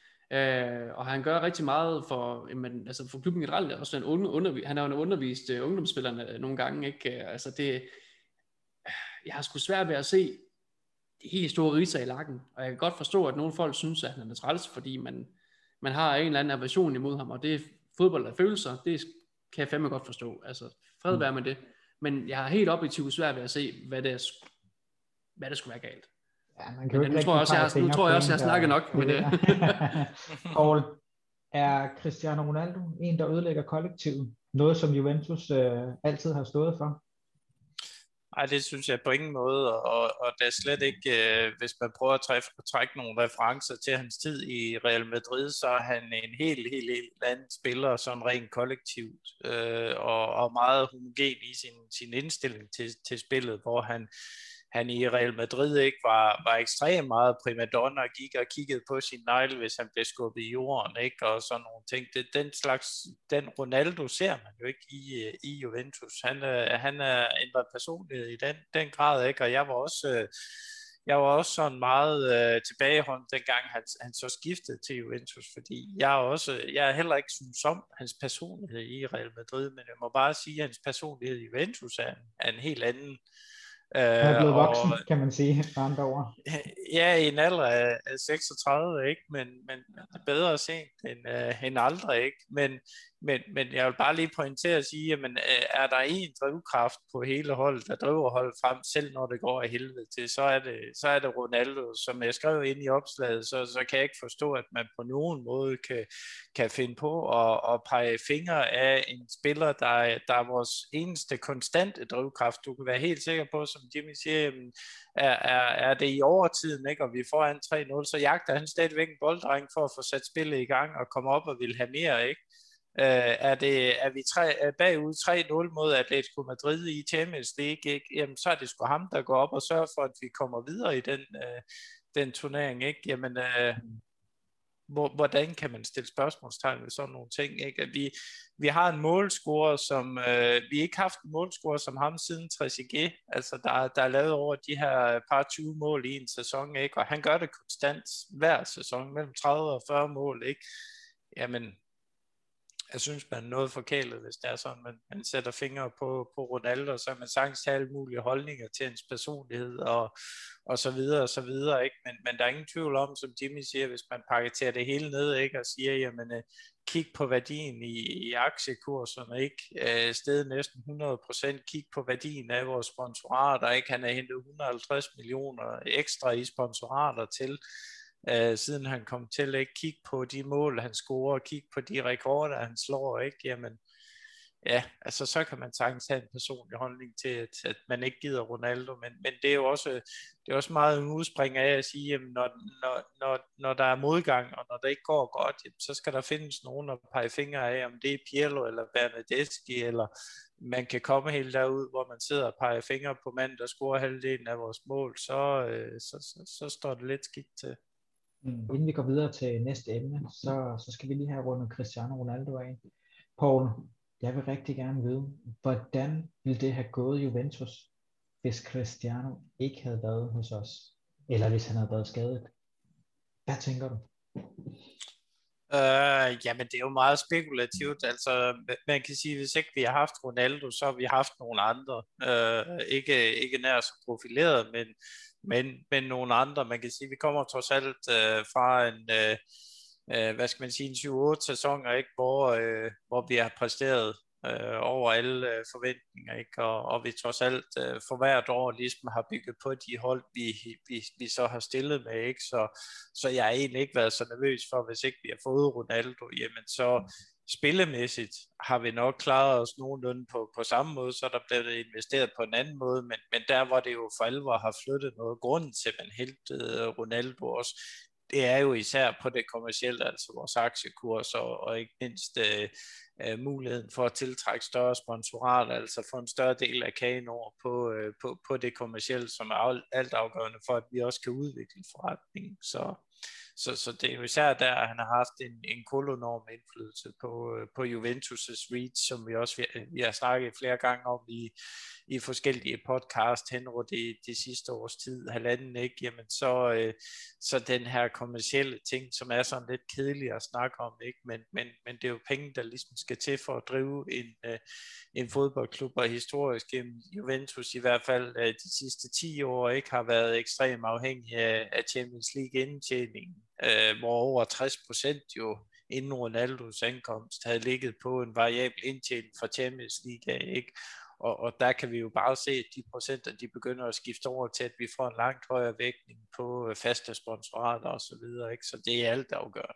Speaker 2: øh, og han gør rigtig meget for, jamen, altså for klubben generelt. Også en under, undervis, han har jo undervist uh, ungdomsspillerne nogle gange. Ikke? Altså det, jeg har sgu svært ved at se de helt store riser i lakken, og jeg kan godt forstå, at nogle folk synes, at han er træls, fordi man, man har en eller anden aversion imod ham, og det er fodbold af følelser, det kan jeg fandme godt forstå, altså fred være med det, men jeg har helt objektivt svært ved at se, hvad det, er, hvad det skulle være galt.
Speaker 1: Ja, man kan jo
Speaker 2: men nu tror jeg også, jeg har, nu tror jeg også, jeg har snakket nok med det.
Speaker 1: Paul, er Cristiano Ronaldo en, der ødelægger kollektivet? Noget, som Juventus øh, altid har stået for?
Speaker 3: Nej, det synes jeg på ingen måde, og, og det er slet ikke, øh, hvis man prøver at træffe, trække nogle referencer til hans tid i Real Madrid, så er han en helt, helt, helt anden spiller, sådan rent kollektivt, øh, og, og meget homogen i sin, sin indstilling til, til spillet, hvor han, han i Real Madrid ikke var, var ekstremt meget primadonna, og gik og kiggede på sin negle, hvis han blev skubbet i jorden, ikke? Og sådan nogle ting. Det, den slags, den Ronaldo ser man jo ikke i, i Juventus. Han, han er ændret personlighed i den, den grad, ikke? Og jeg var også, jeg var også sådan meget øh, tilbageholdt, dengang han, han så skiftede til Juventus, fordi jeg er også, jeg er heller ikke synes om hans personlighed i Real Madrid, men jeg må bare sige, at hans personlighed i Juventus er en, er en helt anden.
Speaker 1: Han er
Speaker 3: Øh,
Speaker 1: blevet
Speaker 3: og
Speaker 1: voksen, kan man sige, med andre ord.
Speaker 3: ja, i en alder af, af seksogtredive, ikke? Men, men det er bedre sent end, uh, end aldrig, ikke? Men, men, men jeg vil bare lige pointere og sige, jamen, er der en drivkraft på hele holdet, der driver holdet frem, selv når det går af helvede til, så er det, så er det Ronaldo. Som jeg skrev ind i opslaget, så, så kan jeg ikke forstå, at man på nogen måde kan, kan finde på at, at pege fingre af en spiller, der er, der er vores eneste konstante drivkraft. Du kan være helt sikker på, som Jimmy siger, jamen, Er, er, er det i overtiden, ikke? Og vi får en tre nul, så jagter han stadigvæk en bolddreng for at få sat spillet i gang og komme op og vil have mere, ikke? Uh, er, det, er vi tre, er bagud tre nul mod Atletico Madrid i Champions League, ikke? Jamen, så er det sgu ham, der går op og sørger for, at vi kommer videre i den, uh, den turnering, ikke? Jamen, uh, hvordan kan man stille spørgsmålstegn ved sådan nogle ting, ikke? At vi, vi har en målscorer, som øh, vi ikke har haft en målscorer som ham siden Trezeguet, altså der, der er lavet over de her par tyve mål i en sæson, ikke? Og han gør det konstant hver sæson, mellem tredive og fyrre mål, ikke? Jamen, jeg synes, man er noget forkælet, hvis det er sådan, man, man sætter fingre på, på Ronaldo, så man sagtens have alle mulige holdninger til hans personlighed, og, og så videre, og så videre, ikke? Men, men der er ingen tvivl om, som Jimmy siger, hvis man paketerer det hele ned, ikke? Og siger, jamen, øh, kig på værdien i, i aktiekurserne, ikke? Øh, stedet næsten hundrede procent, kig på værdien af vores sponsorater, ikke? Han har hentet et hundrede og halvtreds millioner ekstra i sponsorater til, Uh, siden han kom til, ikke? Kig på de mål han scorer, kig på de rekorder han slår, ikke? Jamen, ja, altså så kan man sagtens have en personlig holdning til, at, at man ikke gider Ronaldo, men, men det er jo også, det er også meget en udspring af at sige, jamen, når, når, når, når der er modgang, og når det ikke går godt, jamen, så skal der findes nogen at pege fingre af, om det er Pirlo eller Bernadeschi, eller man kan komme helt derud, hvor man sidder og peger fingre på manden, der scorer halvdelen af vores mål, så, øh, så, så, så står det lidt skidt til.
Speaker 1: Mm. Inden vi går videre til næste emne, så, så skal vi lige have rundet Cristiano Ronaldo af. Paul, jeg vil rigtig gerne vide, hvordan ville det have gået Juventus, hvis Cristiano ikke havde været hos os, eller hvis han havde været skadet? Hvad tænker du?
Speaker 3: Øh, jamen det er jo meget spekulativt, altså man kan sige, hvis ikke vi har haft Ronaldo, så har vi haft nogle andre, øh, ikke, ikke nær så profileret, men, men, men nogle andre. Man kan sige, vi kommer trods alt øh, fra en, øh, øh, hvad skal man sige, en syv otte sæsoner, ikke, hvor, øh, hvor vi har præsteret øh, over alle øh, forventninger, ikke? Og, og vi trods alt øh, for hvert år ligesom har bygget på de hold, vi, vi, vi så har stillet med, ikke? Så, så jeg har egentlig ikke været så nervøs for, hvis ikke vi har fået Ronaldo, jamen så spillemæssigt har vi nok klaret os nogenlunde på, på samme måde, så er der blevet investeret på en anden måde, men, men der hvor det jo for alvor har flyttet noget, grunden til, at man hældte Ronaldo også, det er jo især på det kommercielle, altså vores aktiekurs, og, og ikke mindst øh, øh, muligheden for at tiltrække større sponsorater, altså få en større del af kagen over på, øh, på, på det kommercielle, som er alt afgørende for, at vi også kan udvikle forretningen. Så, så, så det er jo især der, at han har haft en, en kolonorm indflydelse på, øh, på Juventus' reach, som vi også vi, vi har snakket flere gange om i, i forskellige podcast hen over det, det sidste års tid, halvanden, ikke? Jamen så, øh, så den her kommercielle ting, som er sådan lidt kedelig at snakke om, ikke? Men, men, men det er jo penge, der ligesom skal til for at drive en, øh, en fodboldklub, og historisk gennem Juventus i hvert fald øh, de sidste ti år, ikke, har været ekstremt afhængig af, af Champions League indtjeningen, øh, hvor over tres procent jo inden Ronaldos ankomst havde ligget på en variabel indtjening fra Champions League, ikke? Og, og der kan vi jo bare se, at de procenter, de begynder at skifte over til, at vi får en langt højere vægtning på faste sponsorater og så videre, ikke? Så det er alt afgørende.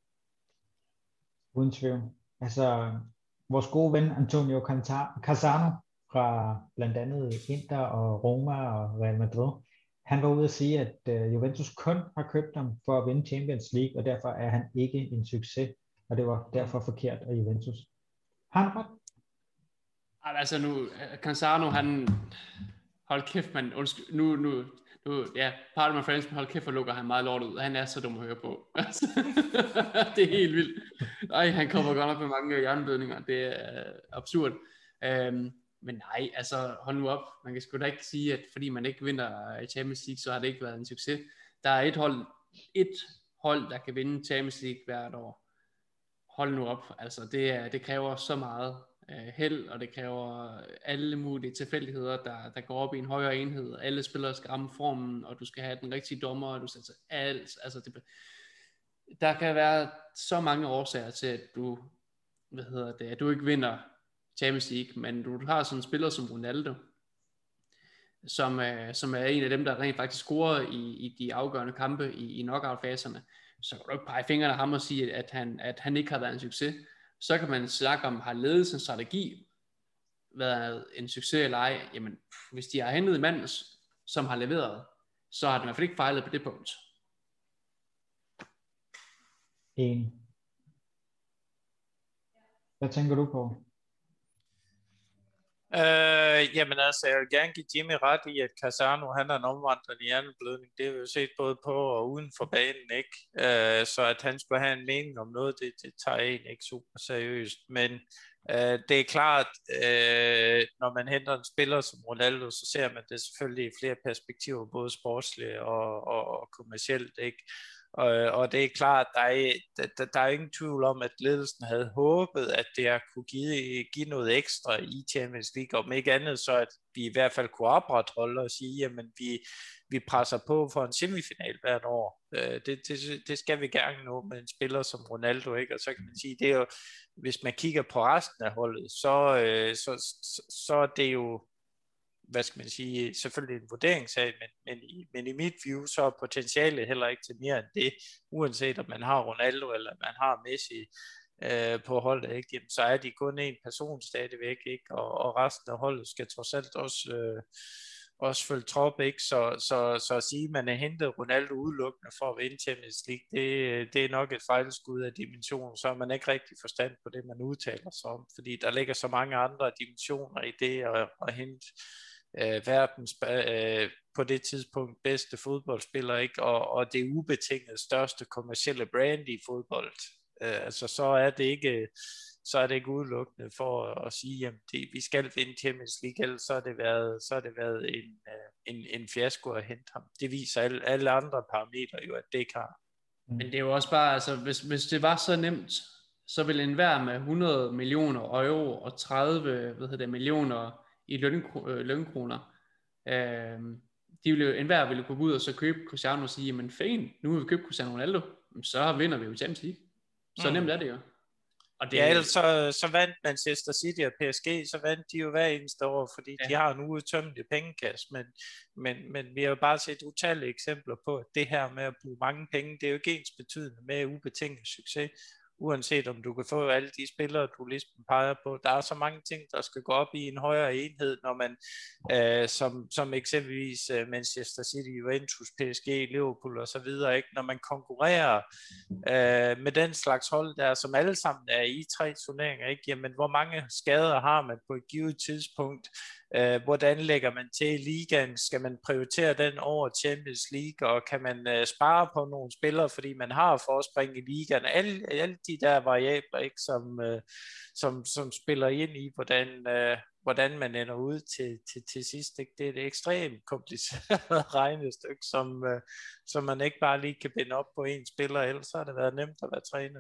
Speaker 1: Uden tvivl. Altså, vores gode ven Antonio Cassano fra blandt andet Inter og Roma og Real Madrid, han var ude at sige, at uh, Juventus kun har købt ham for at vinde Champions League, og derfor er han ikke en succes, og det var derfor forkert af Juventus. Har han ret?
Speaker 2: Altså nu, Cassano, han, hold kæft, man, undskyld, nu, nu, nu, ja, part of my friends, men hold kæft, og lukker han meget lort ud. Han er så dum at høre på. Det er helt vildt. Ej, han kommer godt nok med mange hjernblødninger. Det er absurd. Um, men nej, altså hold nu op. Man kan sgu da ikke sige, at fordi man ikke vinder Champions League, så har det ikke været en succes. Der er et hold, et hold, der kan vinde Champions League hvert år. Hold nu op. Altså det, er, det kræver så meget øh, held, og det kræver alle mulige tilfældigheder, der, der går op i en højere enhed. Alle spillere skal ramme formen, og du skal have den rigtige dommer, og du skal altså alt. Altså det, der kan være så mange årsager til, at du, hvad hedder det, at du ikke vinder Champions League, men du, du har sådan en spiller som Ronaldo, som, øh, som er en af dem, der rent faktisk scorer i, i de afgørende kampe i, i knockout-faserne, så kan du ikke pege fingrene af ham og sige, at han, at han ikke har været en succes. Så kan man snakke om, har ledelsens strategi været en succes eller ej? Jamen, pff, hvis de har hentet en mand, som har leveret, så har den i hvert fald ikke fejlet på det punkt.
Speaker 1: En. Hvad tænker du på?
Speaker 3: Øh, jamen altså, jeg vil gerne give Jimmy ret i, at Casano, han er en omvandrende hjerneblødning. Det har vi jo set både på og uden for banen, ikke? Øh, så at han skulle have en mening om noget, det, det tager en ikke super seriøst. Men øh, det er klart, øh, når man henter en spiller som Ronaldo, så ser man det selvfølgelig i flere perspektiver, både sportsligt og, og, og kommercielt, ikke? Og, og det er klart, der er, der, der er ingen tvivl om, at ledelsen havde håbet, at det har kunne give, give noget ekstra i Champions League, om ikke andet, så at vi i hvert fald kunne opretholde og sige, jamen vi, vi presser på for en semifinal hvert år. Det, det, det skal vi gerne nå med en spiller som Ronaldo, ikke? Og så kan man sige, det er jo, hvis man kigger på resten af holdet, så, så, så, så er det jo, hvad skal man sige, selvfølgelig en vurderingssag, men, men, i, men i mit view, så er potentialet heller ikke til mere end det, uanset om man har Ronaldo, eller man har Messi øh, på holdet, ikke? Jamen, så er de kun en person stadigvæk, ikke? Og, og resten af holdet skal trods alt også, øh, også følge trop, ikke? Så, så, så at sige, at man har hentet Ronaldo udelukkende for at vinde Champions League, det, det er nok et fejlskud af dimension, så er man ikke rigtig forstand på det, man udtaler sig om, fordi der ligger så mange andre dimensioner i det at, at hente Øh, verdens øh, på det tidspunkt bedste fodboldspiller, ikke? Og, og det ubetinget største kommercielle brand i fodbold. Øh, altså så er det ikke så er det ikke udelukkende for at, at sige, at vi skal vinde Champions League, ellers så har det været så har det været en en en fiasko at hente ham. Det viser alle, alle andre parametre jo, at det ikke har.
Speaker 2: Men det er jo også bare, altså hvis, hvis det var så nemt, så ville enhver med hundrede millioner euro og tredive hvad hedder det, millioner i løn, øh, lønkroner. Øh, de ville jo, enhver ville kunne gå ud og så købe Cristiano og sige, men fint, nu vil vi købe Cristiano Ronaldo, så vinder vi jo Champions League. Så mm. nemt er det jo. Og det,
Speaker 3: ja, ellers så, så vandt Manchester City og P S G, så vandt de jo hver eneste år, fordi ja. de har en uudtømmelig pengekasse, men, men, men vi har jo bare set utallige eksempler på, at det her med at bruge mange penge, det er jo ikke ens betydende med ubetinget succes, uanset om du kan få alle de spillere, du ligesom peger på. Der er så mange ting, der skal gå op i en højere enhed, når man, øh, som, som eksempelvis øh, Manchester City, Juventus, P S G, Liverpool og så videre, ikke? Når man konkurrerer øh, med den slags hold der, som alle sammen er i tre turneringer, ikke? Jamen, hvor mange skader har man på et givet tidspunkt? Uh, hvordan lægger man til i ligaen? Skal man prioritere den over Champions League, og kan man uh, spare på nogle spillere, fordi man har forspring i ligaen? Alle, alle de der variabler, ikke, som, uh, som, som spiller ind i, hvordan, uh, hvordan man ender ud til, til, til sidst. Ikke? Det er et ekstremt kompliceret regnestykke, som, uh, som man ikke bare lige kan binde op på en spiller, ellers har det været nemt at være træner.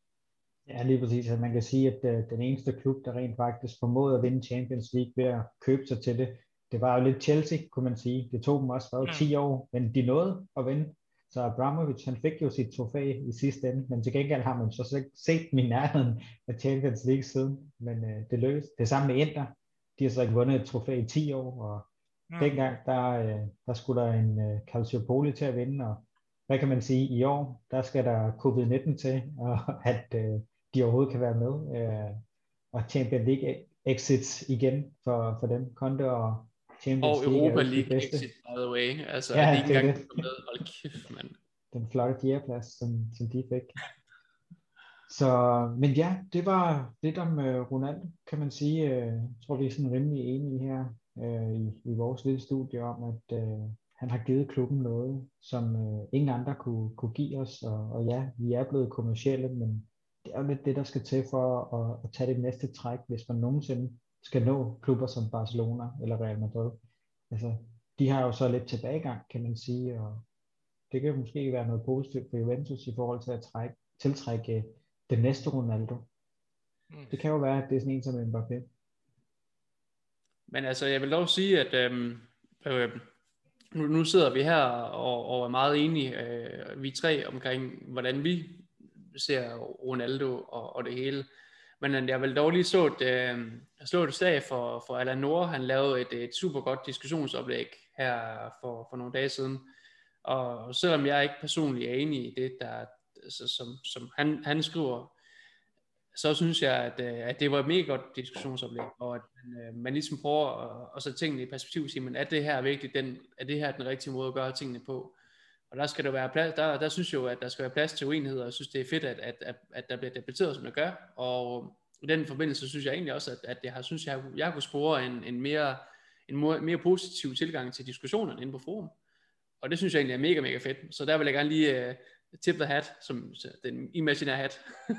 Speaker 1: Ja, lige præcis. Man kan sige, at uh, den eneste klub, der rent faktisk formåede at vinde Champions League ved at købe sig til det, det var jo lidt Chelsea, kunne man sige. Det tog dem også for mm. ti år, men de nåede at vinde. Så Abramovich, han fik jo sit trofæ i sidste ende, men til gengæld har man så set dem i nærheden af Champions League siden, men uh, det lykkedes. Det samme med Inter. De har så ikke vundet et trofæ i ti år, og mm. dengang, der, uh, der skulle der en uh, Calciopoli til at vinde, og hvad kan man sige, i år, der skal der covid nitten til, og at uh, de overhovedet kan være med, øh, og Champions League exits igen for, for dem. Conte og Champions
Speaker 2: og
Speaker 1: League
Speaker 2: Europa
Speaker 1: er
Speaker 2: League exit, by the way. Altså,
Speaker 1: ja,
Speaker 2: er de ikke engang
Speaker 1: det.
Speaker 2: med? Hold kæft, mand.
Speaker 1: Den flotte fjerdeplads, som, som de fik. Så, men ja, det var lidt om uh, Ronaldo, kan man sige. Jeg uh, tror, vi er sådan rimelig enige her uh, i, i vores lille studie om, at uh, han har givet klubben noget, som uh, ingen andre kunne, kunne give os. Og, og ja, vi er blevet kommercielle, men det er jo lidt det, der skal til for at, at tage det næste træk, hvis man nogensinde skal nå klubber som Barcelona eller Real Madrid. Altså, de har jo så lidt tilbagegang, kan man sige, og det kan måske være noget positivt for Juventus i forhold til at trække, tiltrække den næste Ronaldo.
Speaker 3: Mm.
Speaker 1: Det kan jo være, at det er sådan en som Mbappé.
Speaker 2: Men altså, jeg vil dog sige, at øhm, øh, nu, nu sidder vi her og, og er meget enige, øh, vi tre, omkring, hvordan vi ser Ronaldo og, og det hele. Men jeg vil dog lige så et, øh, slå et slag for, for Alan Noor. Han lavede et, et super godt diskussionsoplæg her for, for nogle dage siden. Og selvom jeg ikke personligt er enig i det, der, altså, som, som han, han skriver, så synes jeg, at, at det var et mega godt diskussionsoplæg, og at man, man ligesom prøver at, at sætte tingene i perspektiv og sige, men er det her virkelig den, er det her den rigtige måde at gøre tingene på? Og der skal der være plads, der, der synes jeg jo, at der skal være plads til uenighed, og jeg synes, det er fedt, at, at, at, at der bliver debatteret, som det gør, og i den forbindelse synes jeg egentlig også, at, at jeg har, synes, jeg, jeg kunne spore en, en, mere, en mere, mere positiv tilgang til diskussionerne inde på forum, og det synes jeg egentlig er mega, mega fedt, så der vil jeg gerne lige uh, tip the hat, som den imaginære hat,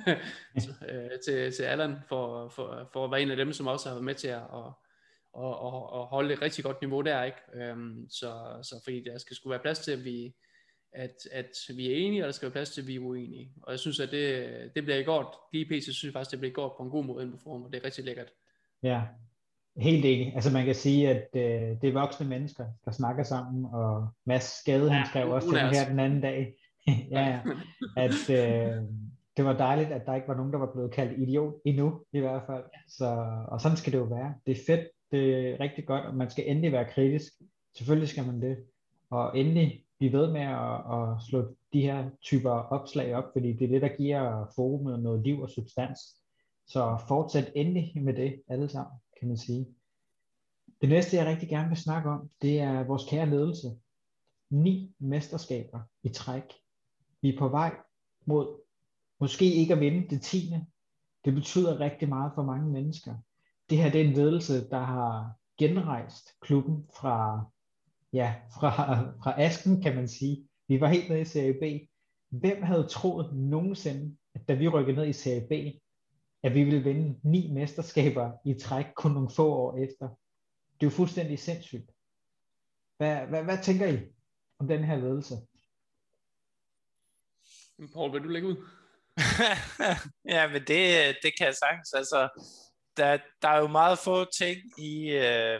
Speaker 2: til, til Allan, for, for, for at være en af dem, som også har været med til at og, og, og, og holde et rigtig godt niveau der, ikke? Um, så, så fordi der skal skulle være plads til, at vi At, at vi er enige, og der skal være plads til, at vi er uenige. Og jeg synes, at det, det bliver gjort, lige pt. Så synes jeg faktisk, det bliver gjort på en god måde inde på forum, og det er rigtig lækkert.
Speaker 1: Ja, helt enig. Altså man kan sige, at øh, det er voksne mennesker, der snakker sammen, og Mads Skade, han skrev også til her den anden dag, ja, at øh, det var dejligt, at der ikke var nogen, der var blevet kaldt idiot endnu, i hvert fald. Så, og sådan skal det jo være. Det er fedt, det er rigtig godt, og man skal endelig være kritisk. Selvfølgelig skal man det. Og endelig blive ved med at, at slå de her typer opslag op, fordi det er det, der giver forumet noget liv og substans. Så fortsæt endelig med det alle sammen, kan man sige. Det næste, jeg rigtig gerne vil snakke om, det er vores kære ledelse. Ni mesterskaber i træk. Vi er på vej mod måske ikke at vinde det tiende. Det betyder rigtig meget for mange mennesker. Det her det er en ledelse, der har genrejst klubben fra Ja, fra, fra asken, kan man sige. Vi var helt nede i Serie B. Hvem havde troet nogensinde, at da vi rykkede ned i Serie B, at vi ville vinde ni mesterskaber i træk kun nogle få år efter? Det er jo fuldstændig sindssygt. Hvad, hvad, hvad tænker I om den her ledelse?
Speaker 2: Paul, vil du lægge ud?
Speaker 3: Ja, men det, det kan jeg sagtens. Altså, der, der er jo meget få ting i... Øh...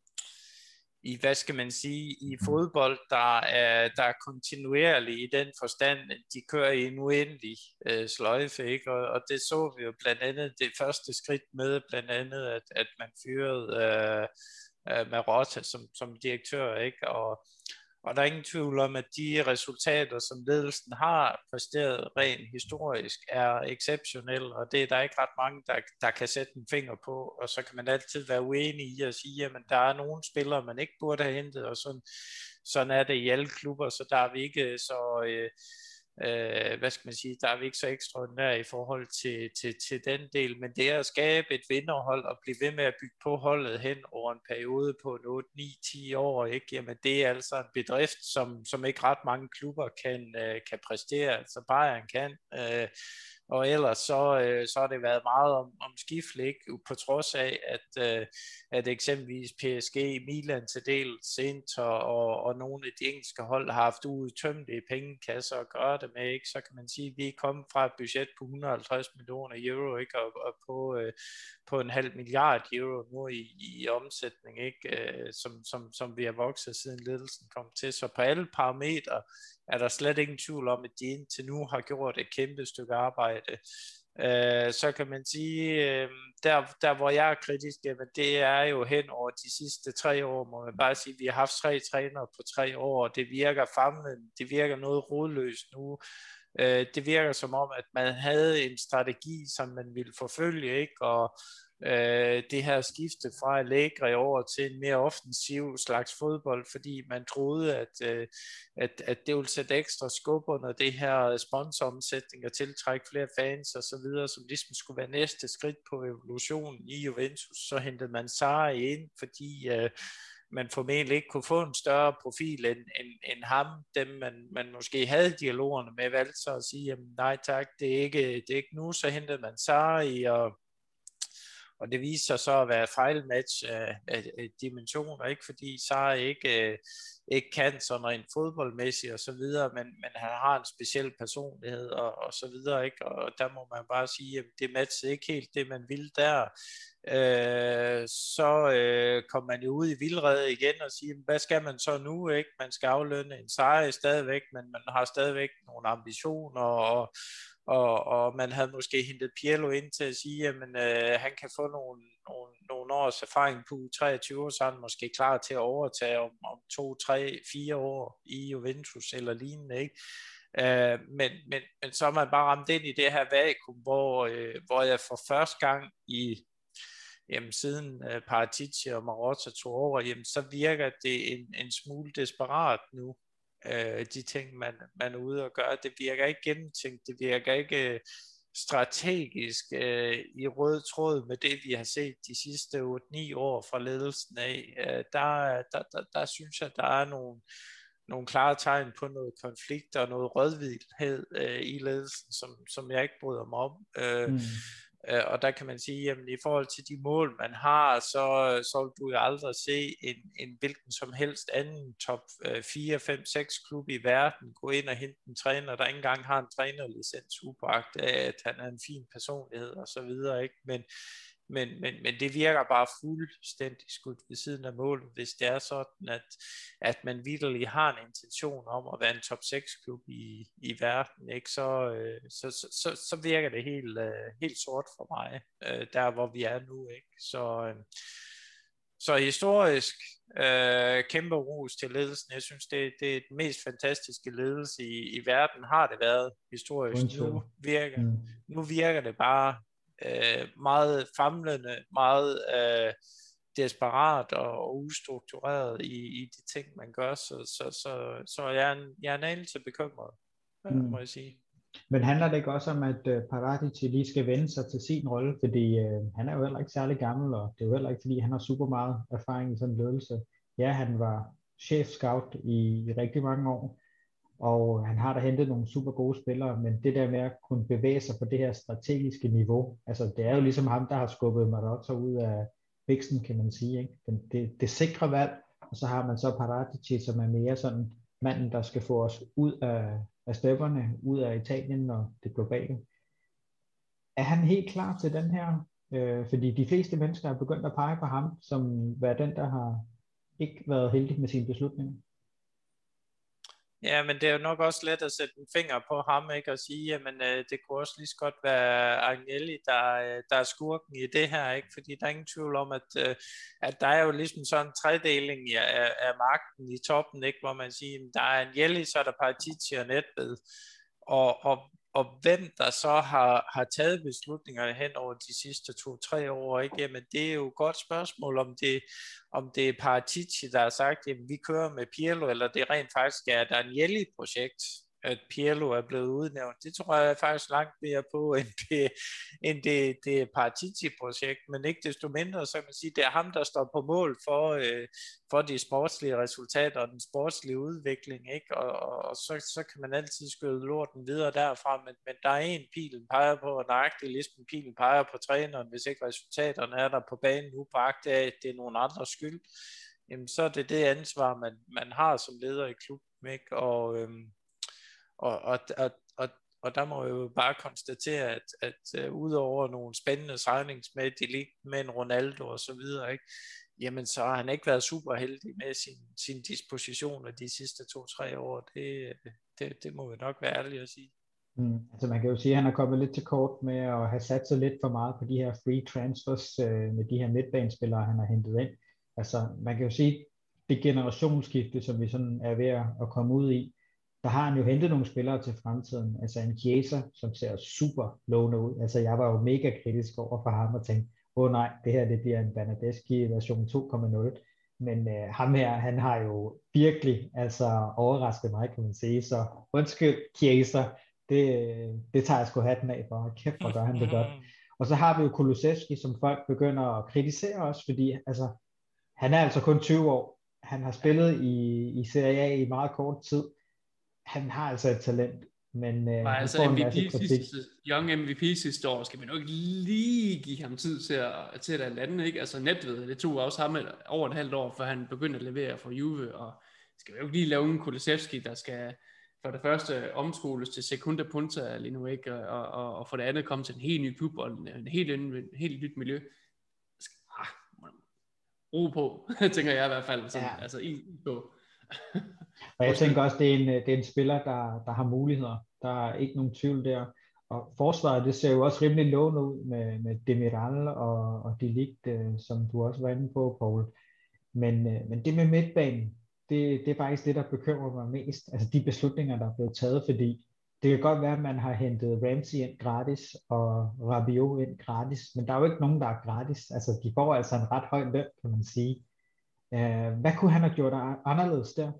Speaker 3: i, hvad skal man sige, i fodbold, der er, der er kontinuerlig i den forstand, at de kører i en uendelig øh, sløjfe, ikke? Og, og det så vi jo blandt andet det første skridt med, blandt andet, at, at man fyrede øh, øh, Marotta som, som direktør, ikke? Og, og der er ingen tvivl om, at de resultater, som ledelsen har præsteret rent historisk, er exceptionelle, og det er der ikke ret mange, der, der kan sætte en finger på, og så kan man altid være uenig i at sige, at der er nogle spillere, man ikke burde have hentet, og sådan, sådan er det i alle klubber, så der er vi ikke så... Øh, Øh, hvad skal man sige, der er vi ikke så ekstraordinære i forhold til, til, til den del, men det er at skabe et vinderhold og blive ved med at bygge på holdet hen over en periode på otte, ni, ti år, ikke? Jamen det er altså en bedrift, som, som ikke ret mange klubber kan, øh, kan præstere, altså Bayern kan, øh, og ellers så, øh, så har det været meget om, om skiftligt, på trods af, at, øh, at eksempelvis P S G, Milan til dels, Inter og, og nogle af de engelske hold har haft udtømmelige pengekasser at gøre det med, ikke? Så kan man sige, at vi er kommet fra et budget på et hundrede og halvtreds millioner euro, ikke? Og, og på, øh, på en halv milliard euro nu i, i omsætning, ikke? Øh, som, som, som vi har vokset siden ledelsen kom til. Så på alle parametre er der slet ingen tvivl om, at de indtil nu har gjort et kæmpe stykke arbejde. Øh, så kan man sige, øh, der, der hvor jeg er kritisk, jamen, det er jo hen over de sidste tre år, må man bare sige, vi har haft tre trænere på tre år, og det virker famlen, det virker noget rodløst nu. Øh, det virker som om, at man havde en strategi, som man ville forfølge, ikke? Og øh, det her skifte fra Allegri over til en mere offensiv slags fodbold, fordi man troede, at, øh, at, at det ville sætte ekstra skub under det her sponsoromsætning og tiltrække flere fans og så videre, som ligesom skulle være næste skridt på evolutionen i Juventus. Så hentede man Sarri ind, fordi øh, man formentlig ikke kunne få en større profil end, end, end ham. Dem man, man måske havde dialogerne med, valgte så at sige, jamen, nej tak, det er, ikke, det er ikke nu. Så hentede man Sarri, og og det viser sig så at være et fejlmatch af, af, af dimensioner, ikke fordi Sarr ikke, øh, ikke kan sådan rent fodboldmæssigt og så videre, men, men han har en speciel personlighed og, og så videre, ikke? Og der må man bare sige, at det matchede ikke helt det, man ville der. Øh, så øh, kommer man jo ud i vildrede igen og siger, hvad skal man så nu, ikke? Man skal aflønne en sejr stadigvæk, men man har stadigvæk nogle ambitioner, og, og, og man havde måske hentet Pirlo ind til at sige, at øh, han kan få nogle, nogle, nogle års erfaring på U treogtyve, så er han måske klar til at overtage om, om to, tre, fire år i Juventus eller lignende, ikke? Uh, men, men, men så er man bare ramt ind i det her vakuum, hvor, uh, hvor jeg for første gang i jamen, siden uh, Paratici og Marotta tog over, jamen, så virker det en, en smule desperat nu. Uh, de ting man, man er ude og gøre, det virker ikke gennemtænkt, det virker ikke uh, strategisk uh, i rød tråd med det vi har set de sidste otte ni år fra ledelsen af. Uh, der, der, der, der synes jeg der er nogle nogle klare tegn på noget konflikt og noget rødhvidhed øh, i ledelsen, som, som jeg ikke bryder mig om. Øh, mm. øh, og der kan man sige, jamen i forhold til de mål, man har, så, så vil du jo aldrig se en, en hvilken som helst anden top øh, fire, fem, seks klub i verden gå ind og hente en træner, der ikke engang har en trænerlicens, upåagt af, at han er en fin personlighed og så videre, ikke? Men Men, men, men det virker bare fuldstændig skudt ved siden af målet, hvis det er sådan, at, at man vitterligt har en intention om at være en top seks klub i, i verden, ikke? Så, så, så, så virker det helt, helt sort for mig, der hvor vi er nu, ikke? Så, så historisk øh, kæmpe ros til ledelsen. Jeg synes, det, det er den mest fantastiske ledelse i, i verden, har det været historisk. Nu virker, mm. nu virker det bare Øh, meget famlende, meget øh, desperat og, og ustruktureret i, i de ting, man gør, så, så, så, så jeg, er en, jeg er en anelse bekymret, mm. må jeg sige.
Speaker 1: Men handler det ikke også om, at uh, Paratici lige skal vende sig til sin rolle, fordi uh, han er jo heller ikke særlig gammel, og det er jo heller ikke, fordi han har super meget erfaring i sådan en ledelse. Ja, han var chef-scout i, i rigtig mange år, og han har da hentet nogle super gode spillere, men det der med at kunne bevæge sig på det her strategiske niveau, altså det er jo ligesom ham, der har skubbet Marotta ud af biksen, kan man sige, ikke? Det, det, det sikre valg, og så har man så Paratici, som er mere sådan manden, der skal få os ud af, af stepperne, ud af Italien og det globale. Er han helt klar til den her? Øh, fordi de fleste mennesker er begyndt at pege på ham, som være den, der har ikke været heldig med sine beslutninger.
Speaker 3: Ja, men det er jo nok også let at sætte en finger på ham, ikke, og sige, jamen øh, det kunne også lige så godt være Agnelli, der, øh, der er skurken i det her, ikke, fordi der er ingen tvivl om, at, øh, at der er jo ligesom sådan en tredeling af, af magten i toppen, ikke, hvor man siger, jamen, der er Agnelli, så er der Paratici og Nedved, og, og og hvem der så har, har taget beslutninger hen over de sidste to-tre år, ikke? Jamen, det er jo et godt spørgsmål, om det, om det er Paratici, der har sagt, at vi kører med Pirlo, eller det rent faktisk er et Agnelli-projekt, at Pirlo er blevet udnævnt. Det tror jeg faktisk langt mere på, end det, end det, det Paratici-projekt, men ikke desto mindre, så kan man sige, det er ham, der står på mål for, øh, for de sportslige resultater og den sportslige udvikling, ikke? Og, og, og så, så kan man altid skyde lorten videre derfra, men, men der er en pilen peger på, og nøjagtigt ligesom pilen peger på træneren, hvis ikke resultaterne er der på banen nu, bragt af, at det er nogen andres skyld, jamen så er det det ansvar, man, man har som leder i klubben, ikke? Og øhm, Og, og, og, og, og der må jeg jo bare konstatere, at, at uh, udover nogle spændende signings med Delict, med en Ronaldo og så videre, ikke, jamen så har han ikke været super heldig med sin, sin dispositioner de sidste to-tre år. Det, det, det må vi nok være ærlige at sige.
Speaker 1: Mm, altså man kan jo sige, at han er kommet lidt til kort med at have sat sig lidt for meget på de her free transfers øh, med de her midtbanespillere, han har hentet ind. Altså man kan jo sige, det generationsskifte, som vi sådan er ved at komme ud i, der har han jo hentet nogle spillere til fremtiden. Altså en Chiesa, som ser super lovende ud. Altså jeg var jo mega kritisk over for ham og tænkte, åh oh, nej, det her det bliver en Bernardeschi version to punkt nul. Men øh, ham her, han har jo virkelig altså overrasket mig, kan man sige. Så undskyld Chiesa, det, det tager jeg sgu hatten af for. Kæft, hvor gør han det godt. Og så har vi jo Kulusevski, som folk begynder at kritisere os, fordi altså, han er altså kun tyve år. Han har spillet i, i Serie A i meget kort tid. Han har altså et talent. Men øh,
Speaker 2: var
Speaker 1: han
Speaker 2: altså
Speaker 1: får en
Speaker 2: M V P
Speaker 1: masse kritik.
Speaker 2: sidste, Young M V P sidste år, skal vi nok lige give ham tid til at, til at lande, ikke? Altså Nedved, det tog også ham et, over et halvt år, før han begyndte at levere for Juve, og skal vi jo ikke lige lave en Kulusevski, der skal for det første omskoles til Secunda Punta lige nu, ikke? Og, og, og for det andet komme til en helt ny klub og en, en helt, en helt nyt miljø. Skal, ah, ro på, tænker jeg i hvert fald, sådan,
Speaker 1: Ja.
Speaker 2: altså i på.
Speaker 1: Og jeg tænker også, det er en, det er en spiller, der, der har muligheder. Der er ikke nogen tvivl der. Og forsvaret, det ser jo også rimelig lovende ud med, med Demiral og, og De Ligt, øh, som du også var inde på, Paul. Men, øh, men det med midtbanen, det, det er faktisk det, der bekymrer mig mest. Altså de beslutninger, der er blevet taget, fordi det kan godt være, at man har hentet Ramsey ind gratis og Rabiot ind gratis, men der er jo ikke nogen, der er gratis. Altså de får altså en ret høj løn, kan man sige. Øh, hvad kunne han have gjort anderledes der?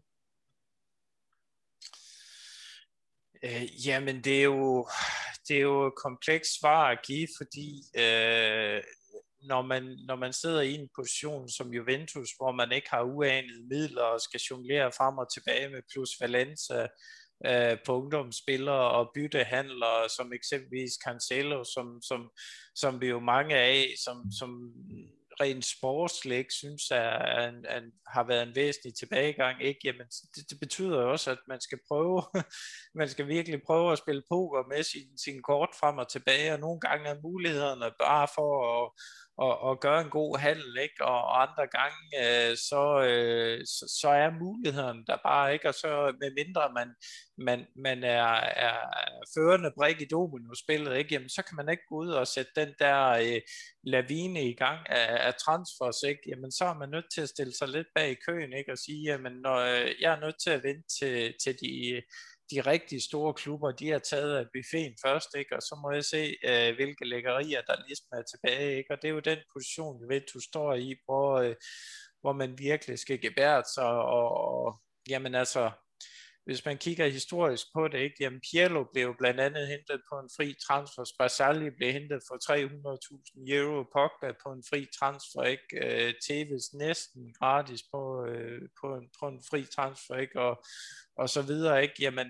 Speaker 3: Øh, jamen det er jo det er jo et komplekst svar at give, fordi øh, når man når man sidder i en position som Juventus, hvor man ikke har uanede midler og skal jonglere frem og tilbage med plus Valencia øh, på ungdomsspillere og byttehandlere som eksempelvis Cancelo, som som som vi jo mange af, som som rent sportsligt synes er en, en, har været en væsentlig tilbagegang, ikke? Jamen, det, det betyder også, at man skal prøve, man skal virkelig prøve at spille poker med sin, sin kort frem og tilbage, og nogle gange er mulighederne bare for at, at, at gøre en god handel, ikke? Og andre gange, øh, så, øh, så, så er mulighederne der bare ikke, og så med mindre man, man, man er, er førende brik i domino-spillet, ikke? Jamen, så kan man ikke gå ud og sætte den der øh, lavine i gang af, af transfers, ikke? Jamen, så er man nødt til at stille sig lidt bag i køen, ikke? Og sige, jamen, når øh, jeg er nødt til at vente til, til de, de rigtig store klubber, de har taget af buffeten først, ikke? Og så må jeg se, øh, hvilke lækkerier der ligesom er tilbage, ikke? Og det er jo den position, Juventus står i, hvor, øh, hvor man virkelig skal gebære sig, og, og jamen altså, hvis man kigger historisk på det, ikke? Jamen Pirlo blev jo blandt andet hentet på en fri transfer, Barzagli blev hentet for tre hundrede tusind euro, Pogba på en fri transfer, ikke? Øh, Tevez næsten gratis på, øh, på, en, på en fri transfer, ikke? Og, og så videre, ikke? Jamen,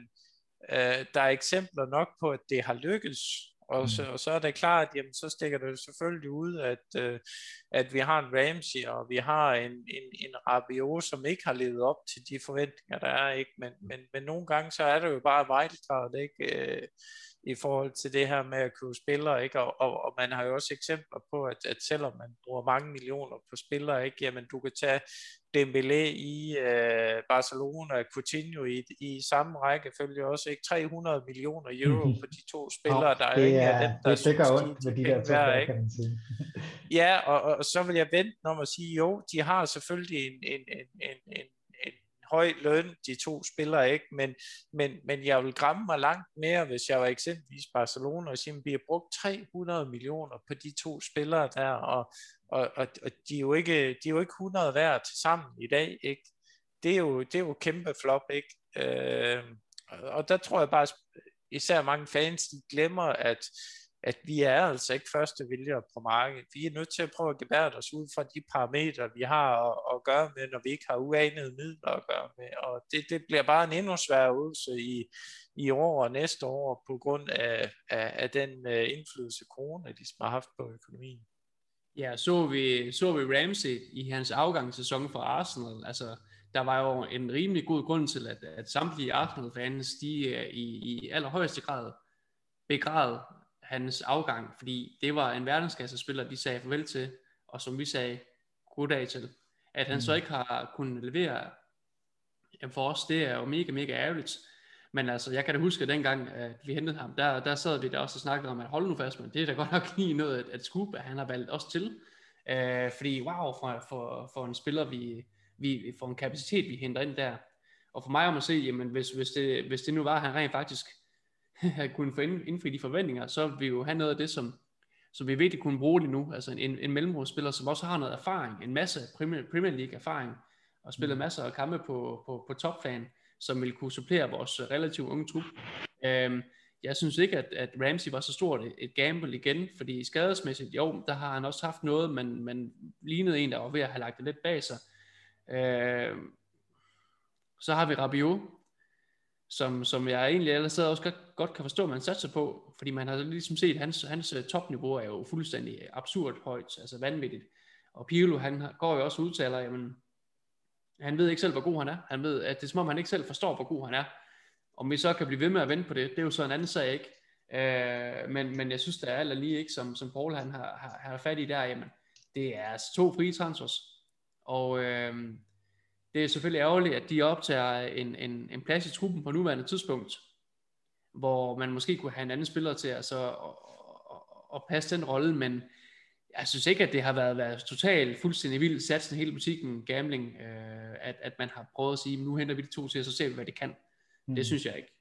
Speaker 3: øh, der er eksempler nok på, at det har lykkes, og så, og så er det klart, at jamen, så stikker det selvfølgelig ud, at, øh, at vi har en Ramsey, og vi har en, en, en Rabiot, som ikke har levet op til de forventninger, der er, ikke? Men, men, men nogle gange, så er det jo bare wildcard, ikke? Øh, i forhold til det her med at købe spillere, ikke? Og, og, og man har jo også eksempler på, at, at selvom man bruger mange millioner på spillere, ikke? Jamen du kan tage Dembélé i øh, Barcelona, Coutinho i, i samme rækkefølge også, ikke? tre hundrede millioner euro på de to spillere, der er jo ingen af dem, der
Speaker 1: det
Speaker 3: synes,
Speaker 1: ondt
Speaker 3: de,
Speaker 1: med de
Speaker 3: de
Speaker 1: der to
Speaker 3: værd,
Speaker 1: der,
Speaker 3: ikke?
Speaker 1: kan man sige.
Speaker 3: Ja, og, og, og så vil jeg vente om at sige, jo, de har selvfølgelig en, en, en, en, en, en høj løn, de to spillere, ikke? Men, men, men jeg vil græmme mig langt mere, hvis jeg var eksempelvis Barcelona, og sige, at vi har brugt tre hundrede millioner på de to spillere der, og, og, og, og de, er jo ikke, de er jo ikke hundrede værd til sammen i dag, ikke? Det er jo, det er jo kæmpe flop, ikke? Øh, og der tror jeg bare, især mange fans, de glemmer, at at vi er altså ikke første vælgere på markedet. Vi er nødt til at prøve at gebære os ud fra de parametre, vi har at, at gøre med, når vi ikke har uanede midler at gøre med. Og det, det bliver bare en endnu sværere øvelse i, i år og næste år, på grund af, af, af den uh, indflydelse, corona ligesom har haft på økonomien.
Speaker 2: Ja, så vi, så vi Ramsey i hans afgangssæson for Arsenal. Altså, der var jo en rimelig god grund til, at, at samtlige Arsenal-fans, de er i, i allerhøjeste grad begræd hans afgang, fordi det var en verdensklassespiller, de sagde farvel til, og som vi sagde goddag til. At han mm. så ikke har kunnet levere for os, det er jo mega, mega ærgerligt. Men altså, jeg kan da huske, at dengang at vi hentede ham, der, der sad vi der også og snakkede om, at hold nu fast, men det er da godt nok lige noget at, at skub, at han har valgt os til. Uh, fordi wow, for, for, for en spiller, vi, vi for en kapacitet, vi henter ind der. Og for mig om at se, jamen hvis, hvis, det, hvis det nu var, at han rent faktisk kunne få indfri de forventninger, så vil vi jo have noget af det, som, som vi virkelig kunne bruge det nu. Altså en, en mellemrumsspiller, som også har noget erfaring, en masse Premier, Premier League erfaring, og spillet masser af kampe på, på, på topplan, som vil kunne supplere vores relativt unge trup. Øhm, jeg synes ikke, at, at Ramsey var så stort et, et gamble igen, fordi skadesmæssigt, jo, der har han også haft noget, men, men lignede en, der var ved at have lagt det lidt bag sig. Øhm, så har vi Rabiot, som, som jeg egentlig ellers også godt, godt kan forstå, at man satser på, fordi man har ligesom set, at hans, hans topniveau er jo fuldstændig absurd højt, altså vanvittigt. Og Pirlo, han går jo også og udtaler, jamen, han ved ikke selv, hvor god han er. Han ved, at det er som om, han ikke selv forstår, hvor god han er. Om vi så kan blive ved med at vente på det, det er jo så en anden sag, ikke? Øh, men, men jeg synes, der er alt lige, ikke, som, som Paul han har, har, har fat i der, jamen, det er altså to frie transfers. Og øh, det er selvfølgelig ærgerligt, at de optager en, en, en plads i truppen på nuværende tidspunkt, hvor man måske kunne have en anden spiller til altså, at, at, at passe den rolle, men jeg synes ikke, at det har været, været totalt fuldstændig vildt satsen hele butikken gambling, øh, at, at man har prøvet at sige, nu henter vi de to til, og så ser vi, hvad de kan. Mm. Det synes jeg ikke.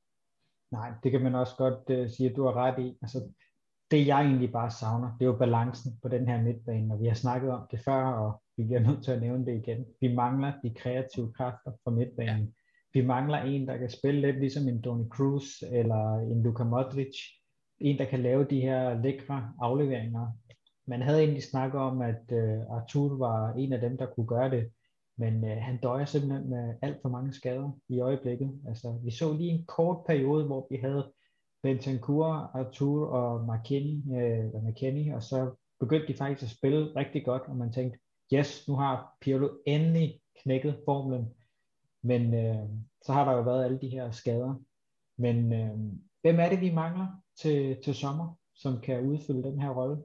Speaker 2: Nej,
Speaker 1: det kan man også godt uh, sige, at du har ret i. Altså, det jeg egentlig bare savner, det er jo balancen på den her midtbane, og vi har snakket om det før, og vi bliver nødt til at nævne det igen. Vi mangler de kreative kræfter fra midtbanen. Ja. Vi mangler en, der kan spille lidt ligesom en Toni Kroos eller en Luka Modric. En, der kan lave de her lækre afleveringer. Man havde egentlig snakket om, at uh, Arthur var en af dem, der kunne gøre det, men uh, han døjer simpelthen med alt for mange skader i øjeblikket. Altså, vi så lige en kort periode, hvor vi havde Bentancur, Arthur og McKennie, øh, McKennie, og så begyndte de faktisk at spille rigtig godt, og man tænkte, yes, nu har Pirlo endelig knækket formlen, men øh, så har der jo været alle de her skader. Men øh, hvem er det, vi mangler til, til sommer, som kan udfylde den her rolle?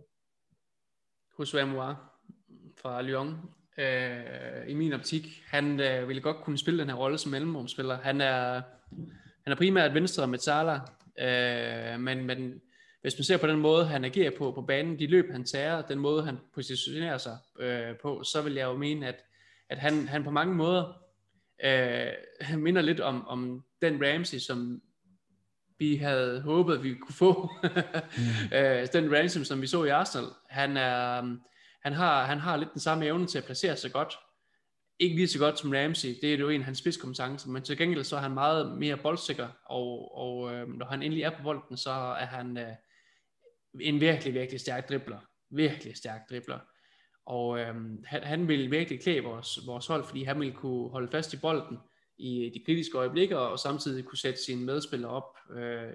Speaker 2: Josué Moura fra Lyon. Øh, I min optik, han øh, ville godt kunne spille den her rolle som mellemrumspiller. Han er, han er primært venstre med Salah, øh, men, men hvis man ser på den måde, han agerer på på banen, de løb han tager, den måde han positionerer sig øh, på, så vil jeg jo mene, at, at han, han på mange måder øh, minder lidt om, om den Ramsey, som vi havde håbet, at vi kunne få. mm. øh, den Ramsey, som vi så i Arsenal. Han, er, han, har, han har lidt den samme evne til at placere sig godt. Ikke lige så godt som Ramsey, det er jo en af hans spidskompetencer, men til gengæld så er han meget mere boldsikker, og, og øh, når han endelig er på bolden, så er han øh, en virkelig, virkelig stærk dribler. Virkelig stærk dribler. Og øh, han, han vil virkelig klæde vores, vores hold, fordi han vil kunne holde fast i bolden i de kritiske øjeblikker, og samtidig kunne sætte sine medspillere op, øh,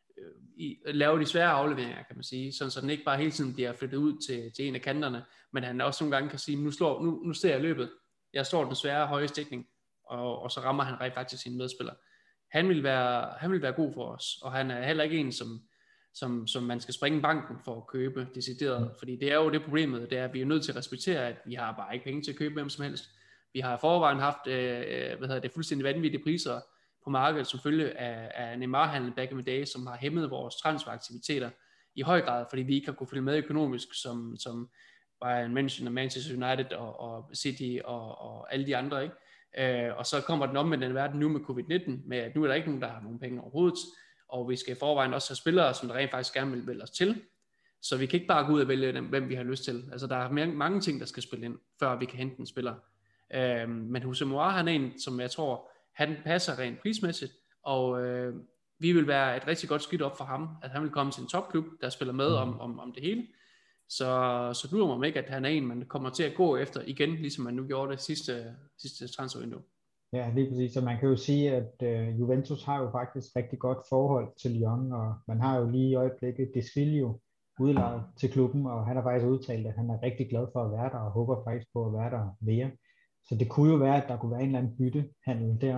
Speaker 2: i, lave de svære afleveringer, kan man sige, sådan så den ikke bare hele tiden bliver flyttet ud til, til en af kanterne, men han også nogle gange kan sige, nu, slår, nu, nu ser jeg løbet, jeg slår den svære høje stikning, og, og så rammer han rent faktisk sine medspillere. Han vil, være, han vil være god for os, og han er heller ikke en, som, som, som man skal springe banken for at købe decideret, fordi det er jo det problemet, det er, at vi er nødt til at respektere, at vi har bare ikke penge til at købe hvem som helst. Vi har i forvejen haft øh, hvad hedder det, fuldstændig vanvittige priser på markedet, som følge af, af Neymar-handlen back in the day, som har hæmmet vores transferaktiviteter i høj grad, fordi vi ikke har kunne følge med økonomisk, som, som Bayern München og Manchester United og, og City og, og alle de andre, ikke? Øh, og så kommer den omvendte verden nu med covid nitten, med at nu er der ikke nogen, der har nogen penge overhovedet, og vi skal i forvejen også have spillere, som der rent faktisk gerne vil vælge os til, så vi kan ikke bare gå ud og vælge dem, hvem vi har lyst til. Altså der er mange, mange ting, der skal spille ind, før vi kan hente en spiller. Øh, men Josué Moura, han er en, som jeg tror, han passer rent prismæssigt, og øh, vi vil være et rigtig godt skidt op for ham, at han vil komme til en topklub, der spiller med om, om, om det hele. Så, så lurer mig ikke, at han er en, man kommer til at gå efter igen, ligesom man nu gjorde det sidste, sidste transfervindue.
Speaker 1: Ja, lige præcis. Så man kan jo sige, at øh, Juventus har jo faktisk rigtig godt forhold til Lyon, og man har jo lige i øjeblikket Desvilio udlejet til klubben, og han har faktisk udtalt, at han er rigtig glad for at være der, og håber faktisk på at være der mere. Så det kunne jo være, at der kunne være en eller anden byttehandel der.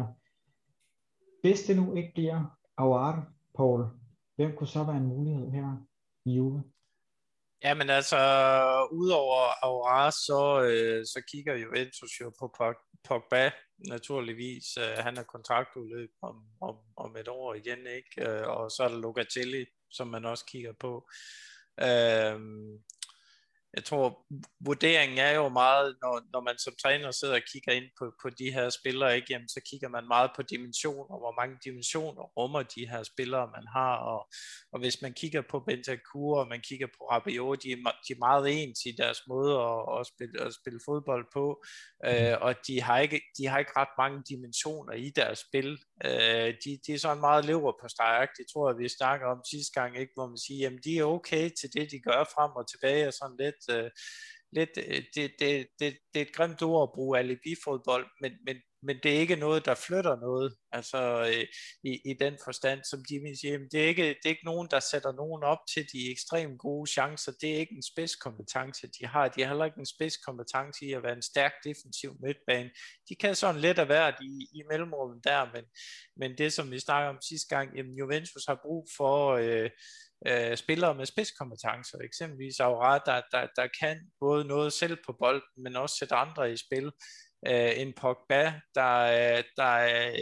Speaker 1: Hvis det nu ikke bliver Aouar, Paul, hvem kunne så være en mulighed her i Juve?
Speaker 3: Jamen altså, udover Aouar, så, øh, så kigger Juventus jo på Pogba, naturligvis. Øh, han er kontraktudløb om, om, om et år igen, ikke? Øh, og så er der Locatelli, som man også kigger på. Øh, Jeg tror, vurderingen er jo meget, når, når man som træner sidder og kigger ind på, på de her spillere, ikke, jamen, så kigger man meget på dimensioner, hvor mange dimensioner rummer de her spillere, man har, og, og hvis man kigger på Bentancur, og man kigger på Rabiot, de, de er meget ens i deres måde at, at, spille, at spille fodbold på, øh, og de har, ikke, de har ikke ret mange dimensioner i deres spil. Øh, de, de er sådan meget lever på steg, det tror jeg, vi snakker om sidste gang, ikke, hvor man siger, jamen de er okay til det, de gør frem og tilbage, og sådan lidt, øh, lidt det, det, det, det er et grimt ord at bruge alibi-fodbold, men, men men det er ikke noget, der flytter noget, altså øh, i, i den forstand, som Jimmy siger, det er, ikke, det er ikke nogen, der sætter nogen op til de ekstremt gode chancer, det er ikke en spidskompetence, de har, de har heller ikke en spidskompetence i at være en stærk defensiv midtbane, de kan sådan lidt af hvert i, i mellemrummet der, men, men det som vi snakker om sidste gang, jamen Juventus har brug for øh, øh, spillere med spidskompetencer, eksempelvis Aura, der, der, der kan både noget selv på bolden, men også sætte andre i spil. Uh, en Pogba, der, der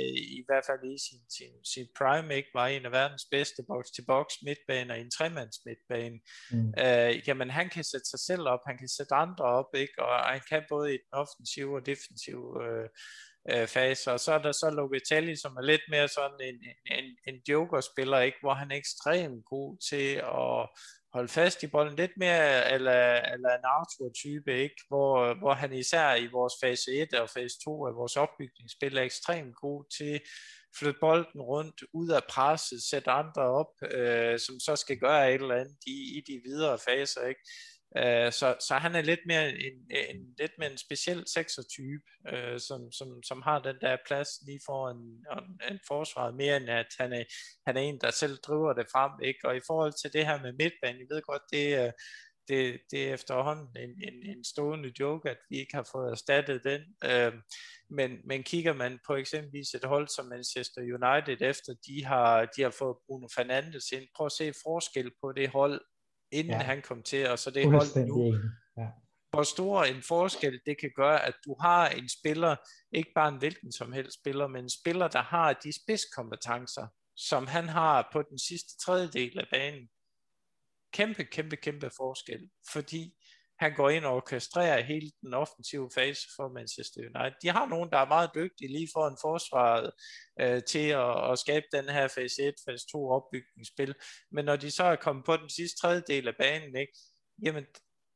Speaker 3: i hvert fald i sin, sin, sin prime ikke var en af verdens bedste box-til-box midtbaner i en tremands midtbane. Mm. Uh, jamen han kan sætte sig selv op, han kan sætte andre op, ikke? Og han kan både i den offensive og defensive uh, uh, fase, og så er der så Locatelli, som er lidt mere sådan en, en, en joker-spiller, ikke? Hvor han er ekstremt god til at holde fast i bolden, lidt mere eller, eller en Arthur-type, ikke? Hvor, hvor han især i vores fase et og fase to af vores opbygningsspil er ekstremt god til at flytte bolden rundt, ud af presset, sætte andre op, øh, som så skal gøre et eller andet i, i de videre faser, ikke? Uh, så, så han er lidt mere en, en, lidt mere en speciel sekser-type, uh, som, som, som har den der plads lige for en, en, en forsvar, mere end at han er, han er en, der selv driver det frem, ikke? Og i forhold til det her med midtbanen, jeg ved godt, det, det, det er efterhånden en, en, en stående joke, at vi ikke har fået erstattet den, uh, men, men kigger man på eksempelvis et hold som Manchester United, efter de har, de har fået Bruno Fernandes ind, prøv at se forskel på det hold, inden ja. han kom til, og så det hold nu, ja. Hvor stor en forskel det kan gøre, at du har en spiller, ikke bare en hvilken som helst spiller, men en spiller, der har de spidskompetencer, som han har på den sidste tredjedel af banen. Kæmpe, kæmpe, kæmpe forskel, fordi han går ind og orkestrerer hele den offensive fase for Manchester United. De har nogen, der er meget dygtige lige for en forsvaret øh, til at, at skabe den her fase et, fase to opbygningsspil. Men når de så er kommet på den sidste tredjedel af banen, ikke, jamen,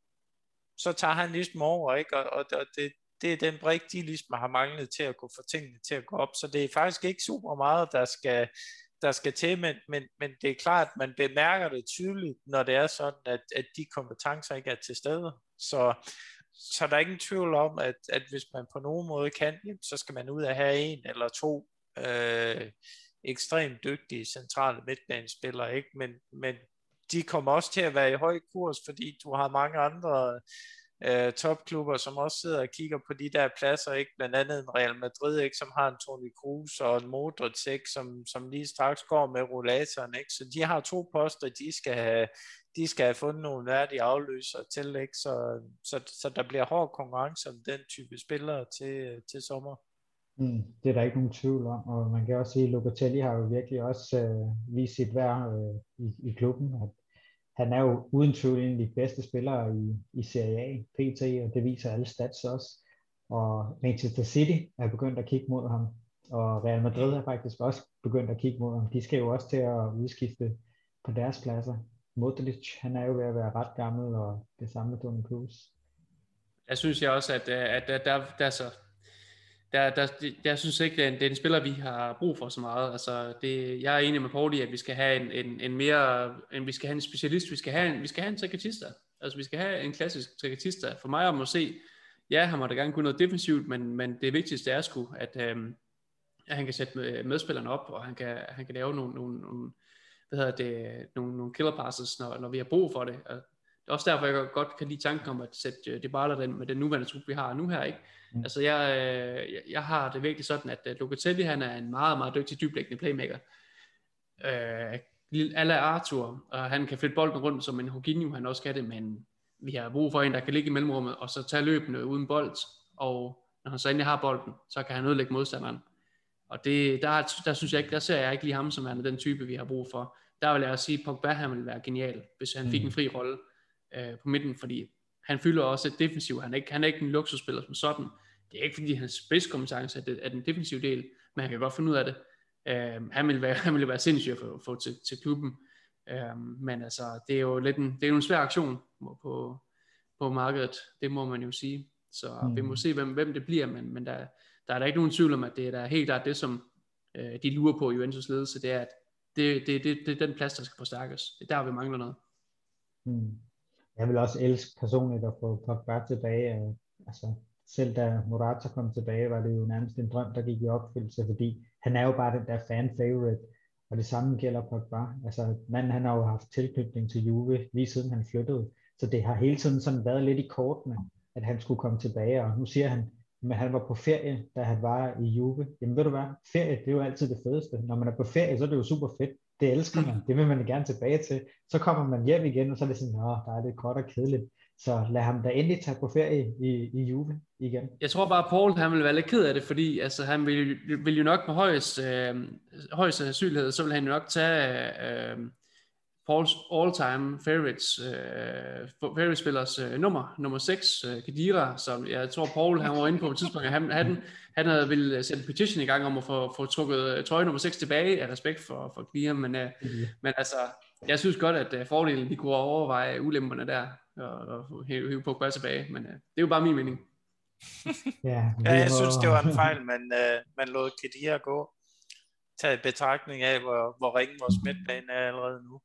Speaker 3: så tager han ligesom over, ikke? Og, og, og det, det er den brik, de ligesom har manglet til at kunne få tingene til at gå op. Så det er faktisk ikke super meget, der skal... der skal til, men, men, men det er klart, at man bemærker det tydeligt, når det er sådan, at, at de kompetencer ikke er til stede. Så, så der er ingen tvivl om, at, at hvis man på nogen måde kan, så skal man ud af have en eller to øh, ekstremt dygtige centrale midtbanespillere, ikke? Men, men de kommer også til at være i høj kurs, fordi du har mange andre Uh, topklubber, som også sidder og kigger på de der pladser, ikke? Blandt andet en Real Madrid, ikke? Som har en Toni Kroos og en Modric, ikke? Som, som lige straks går med rollatoren, ikke? Så de har to poster, de skal have, de skal have fundet nogle værdige afløser til, ikke? Så, så, så der bliver hård konkurrence om den type spillere til, til sommer.
Speaker 1: Mm, det er der ikke nogen tvivl om, og man kan også sige, at Locatelli har jo virkelig også øh, vist sit værd øh, i, i klubben, at han er jo uden tvivl en af de bedste spillere i, i Serie A, P T, og det viser alle stats også. Og Manchester City er begyndt at kigge mod ham, og Real Madrid er faktisk også begyndt at kigge mod ham. De skal jo også til at udskifte på deres pladser. Modric, han er jo ved at være ret gammel, og det samme med Toni Kroos.
Speaker 2: Jeg synes jeg også, at, at der, der, der, så, der, der, der, jeg synes ikke, det er, en, det er en spiller, vi har brug for så meget. Altså, det, jeg er enig med Paul i, at vi skal have en, en, en mere, en, vi skal have en specialist, vi skal have en, vi skal have en trikotista. Altså, vi skal have en klassisk trikotista. For mig at må se, ja, han må da gerne kunne noget defensivt, men, men det vigtigste er sgu, at, øhm, at han kan sætte medspillerne op, og han kan, han kan lave nogle, nogle, nogle, hvad hedder det, nogle, nogle killer passes, når, når vi har brug for det. Og det er også derfor, jeg godt kan lide tanken om at sætte Dybala den, med den nuværende trup, vi har nu her, ikke? Mm. Altså, jeg, jeg, jeg har det virkelig sådan, at Locatelli, han er en meget, meget dygtig dyblæggende playmaker. Øh, Alla Arthur, og han kan flytte bolden rundt, som en Jorginho, han også kan det, men vi har brug for en, der kan ligge i mellemrummet, og så tage løbende uden bold, og når han så endelig har bolden, så kan han ødelægge modstanderen. Og det, der, der synes jeg ikke, der ser jeg ikke lige ham som er den type, vi har brug for. Der vil jeg også sige, at Pogba, han vil være genial, hvis han fik en fri rolle øh, på midten, fordi han fylder også et defensiv. Han er ikke, han er ikke en luksusspiller som sådan. Det er ikke fordi hans spidskompetence er, er den defensive del, men han kan godt finde ud af det. Øh, han vil være, han vil være sindssyg at få, få til, til klubben. Øh, men altså, det er jo lidt en, det er jo en svær aktion på, på markedet, det må man jo sige. Så mm. vi må se, hvem, hvem det bliver, men, men der, der er der ikke nogen tvivl om, at det er der helt klart det, som øh, de lurer på i Juventus ledelse, det er, at det, det, det, det er den plads, der skal forstærkes. Det er der, vi mangler noget.
Speaker 1: Mm. Jeg vil også elske personligt at få Pogba tilbage. Altså, selv da Morata kom tilbage, var det jo nærmest en drøm, der gik i opfyldelse, fordi han er jo bare den der fan favorite, og det samme gælder Pogba. Altså manden, han har jo haft tilknytning til Juve lige siden han flyttede, så det har hele tiden sådan været lidt i kortene, at han skulle komme tilbage, og nu siger han, at han var på ferie, da han var i Juve. Jamen ved du hvad, ferie, det er jo altid det fedeste. Når man er på ferie, så er det jo super fedt. Det elsker man, det vil man gerne tilbage til. Så kommer man hjem igen, og så er det sådan, åh, der er det godt og kedeligt. Så lad ham da endelig tage på ferie i, i Juve igen.
Speaker 2: Jeg tror bare, Paul han vil være lidt ked af det, fordi altså, han vil, vil jo nok med højst, øh, højst sandsynlighed, så vil han jo nok tage øh, Pauls all-time favorites, øh, favorite-spillers øh, nummer, nummer seks, øh, Khedira, som jeg tror, Paul han var inde på på et tidspunkt, at han, han, han havde ville sætte en petition i gang om at få, få trukket trøje nummer seks tilbage af respekt for, for Khedira, men, øh, mm-hmm. men altså, jeg synes godt, at øh, fordelen, de kunne overveje ulemperne der, og, og hæve, hæve Pogba tilbage, men øh, det er jo bare min mening.
Speaker 1: Ja,
Speaker 3: ja, jeg må... synes, det var en fejl, men øh, man lod Khedira gå. Tag i betragtning af, hvor, hvor ringen vores midtbane er allerede nu.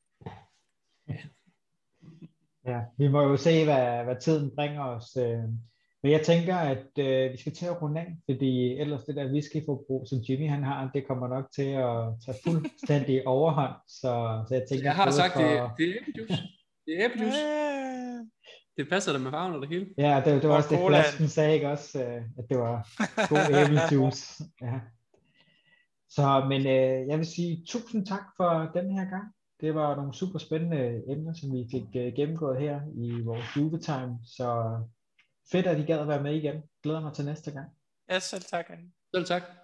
Speaker 1: Ja, vi må jo se, hvad, hvad tiden bringer os. Men jeg tænker, at øh, vi skal til at runde af, fordi ellers det der whiskyforbrug, som Jimmy han har, det kommer nok til at tage fuldstændig overhånd. Så, så jeg tænker...
Speaker 2: Jeg har sagt,
Speaker 1: for...
Speaker 2: det, det er æblejuice. Det er æblejuice. Det passer da med farven og det hele.
Speaker 1: Ja, det, det var
Speaker 3: og
Speaker 1: også det, flasken sagde, ikke også, at det var god æblejuice. Ja. Så, men øh, jeg vil sige tusind tak for den her gang. Det var nogle super spændende emner, som vi fik uh, gennemgået her i vores Juve-time. Så fedt, at I gad at være med igen. Glæder mig til næste gang.
Speaker 3: Ja, selv tak.
Speaker 2: Selv tak.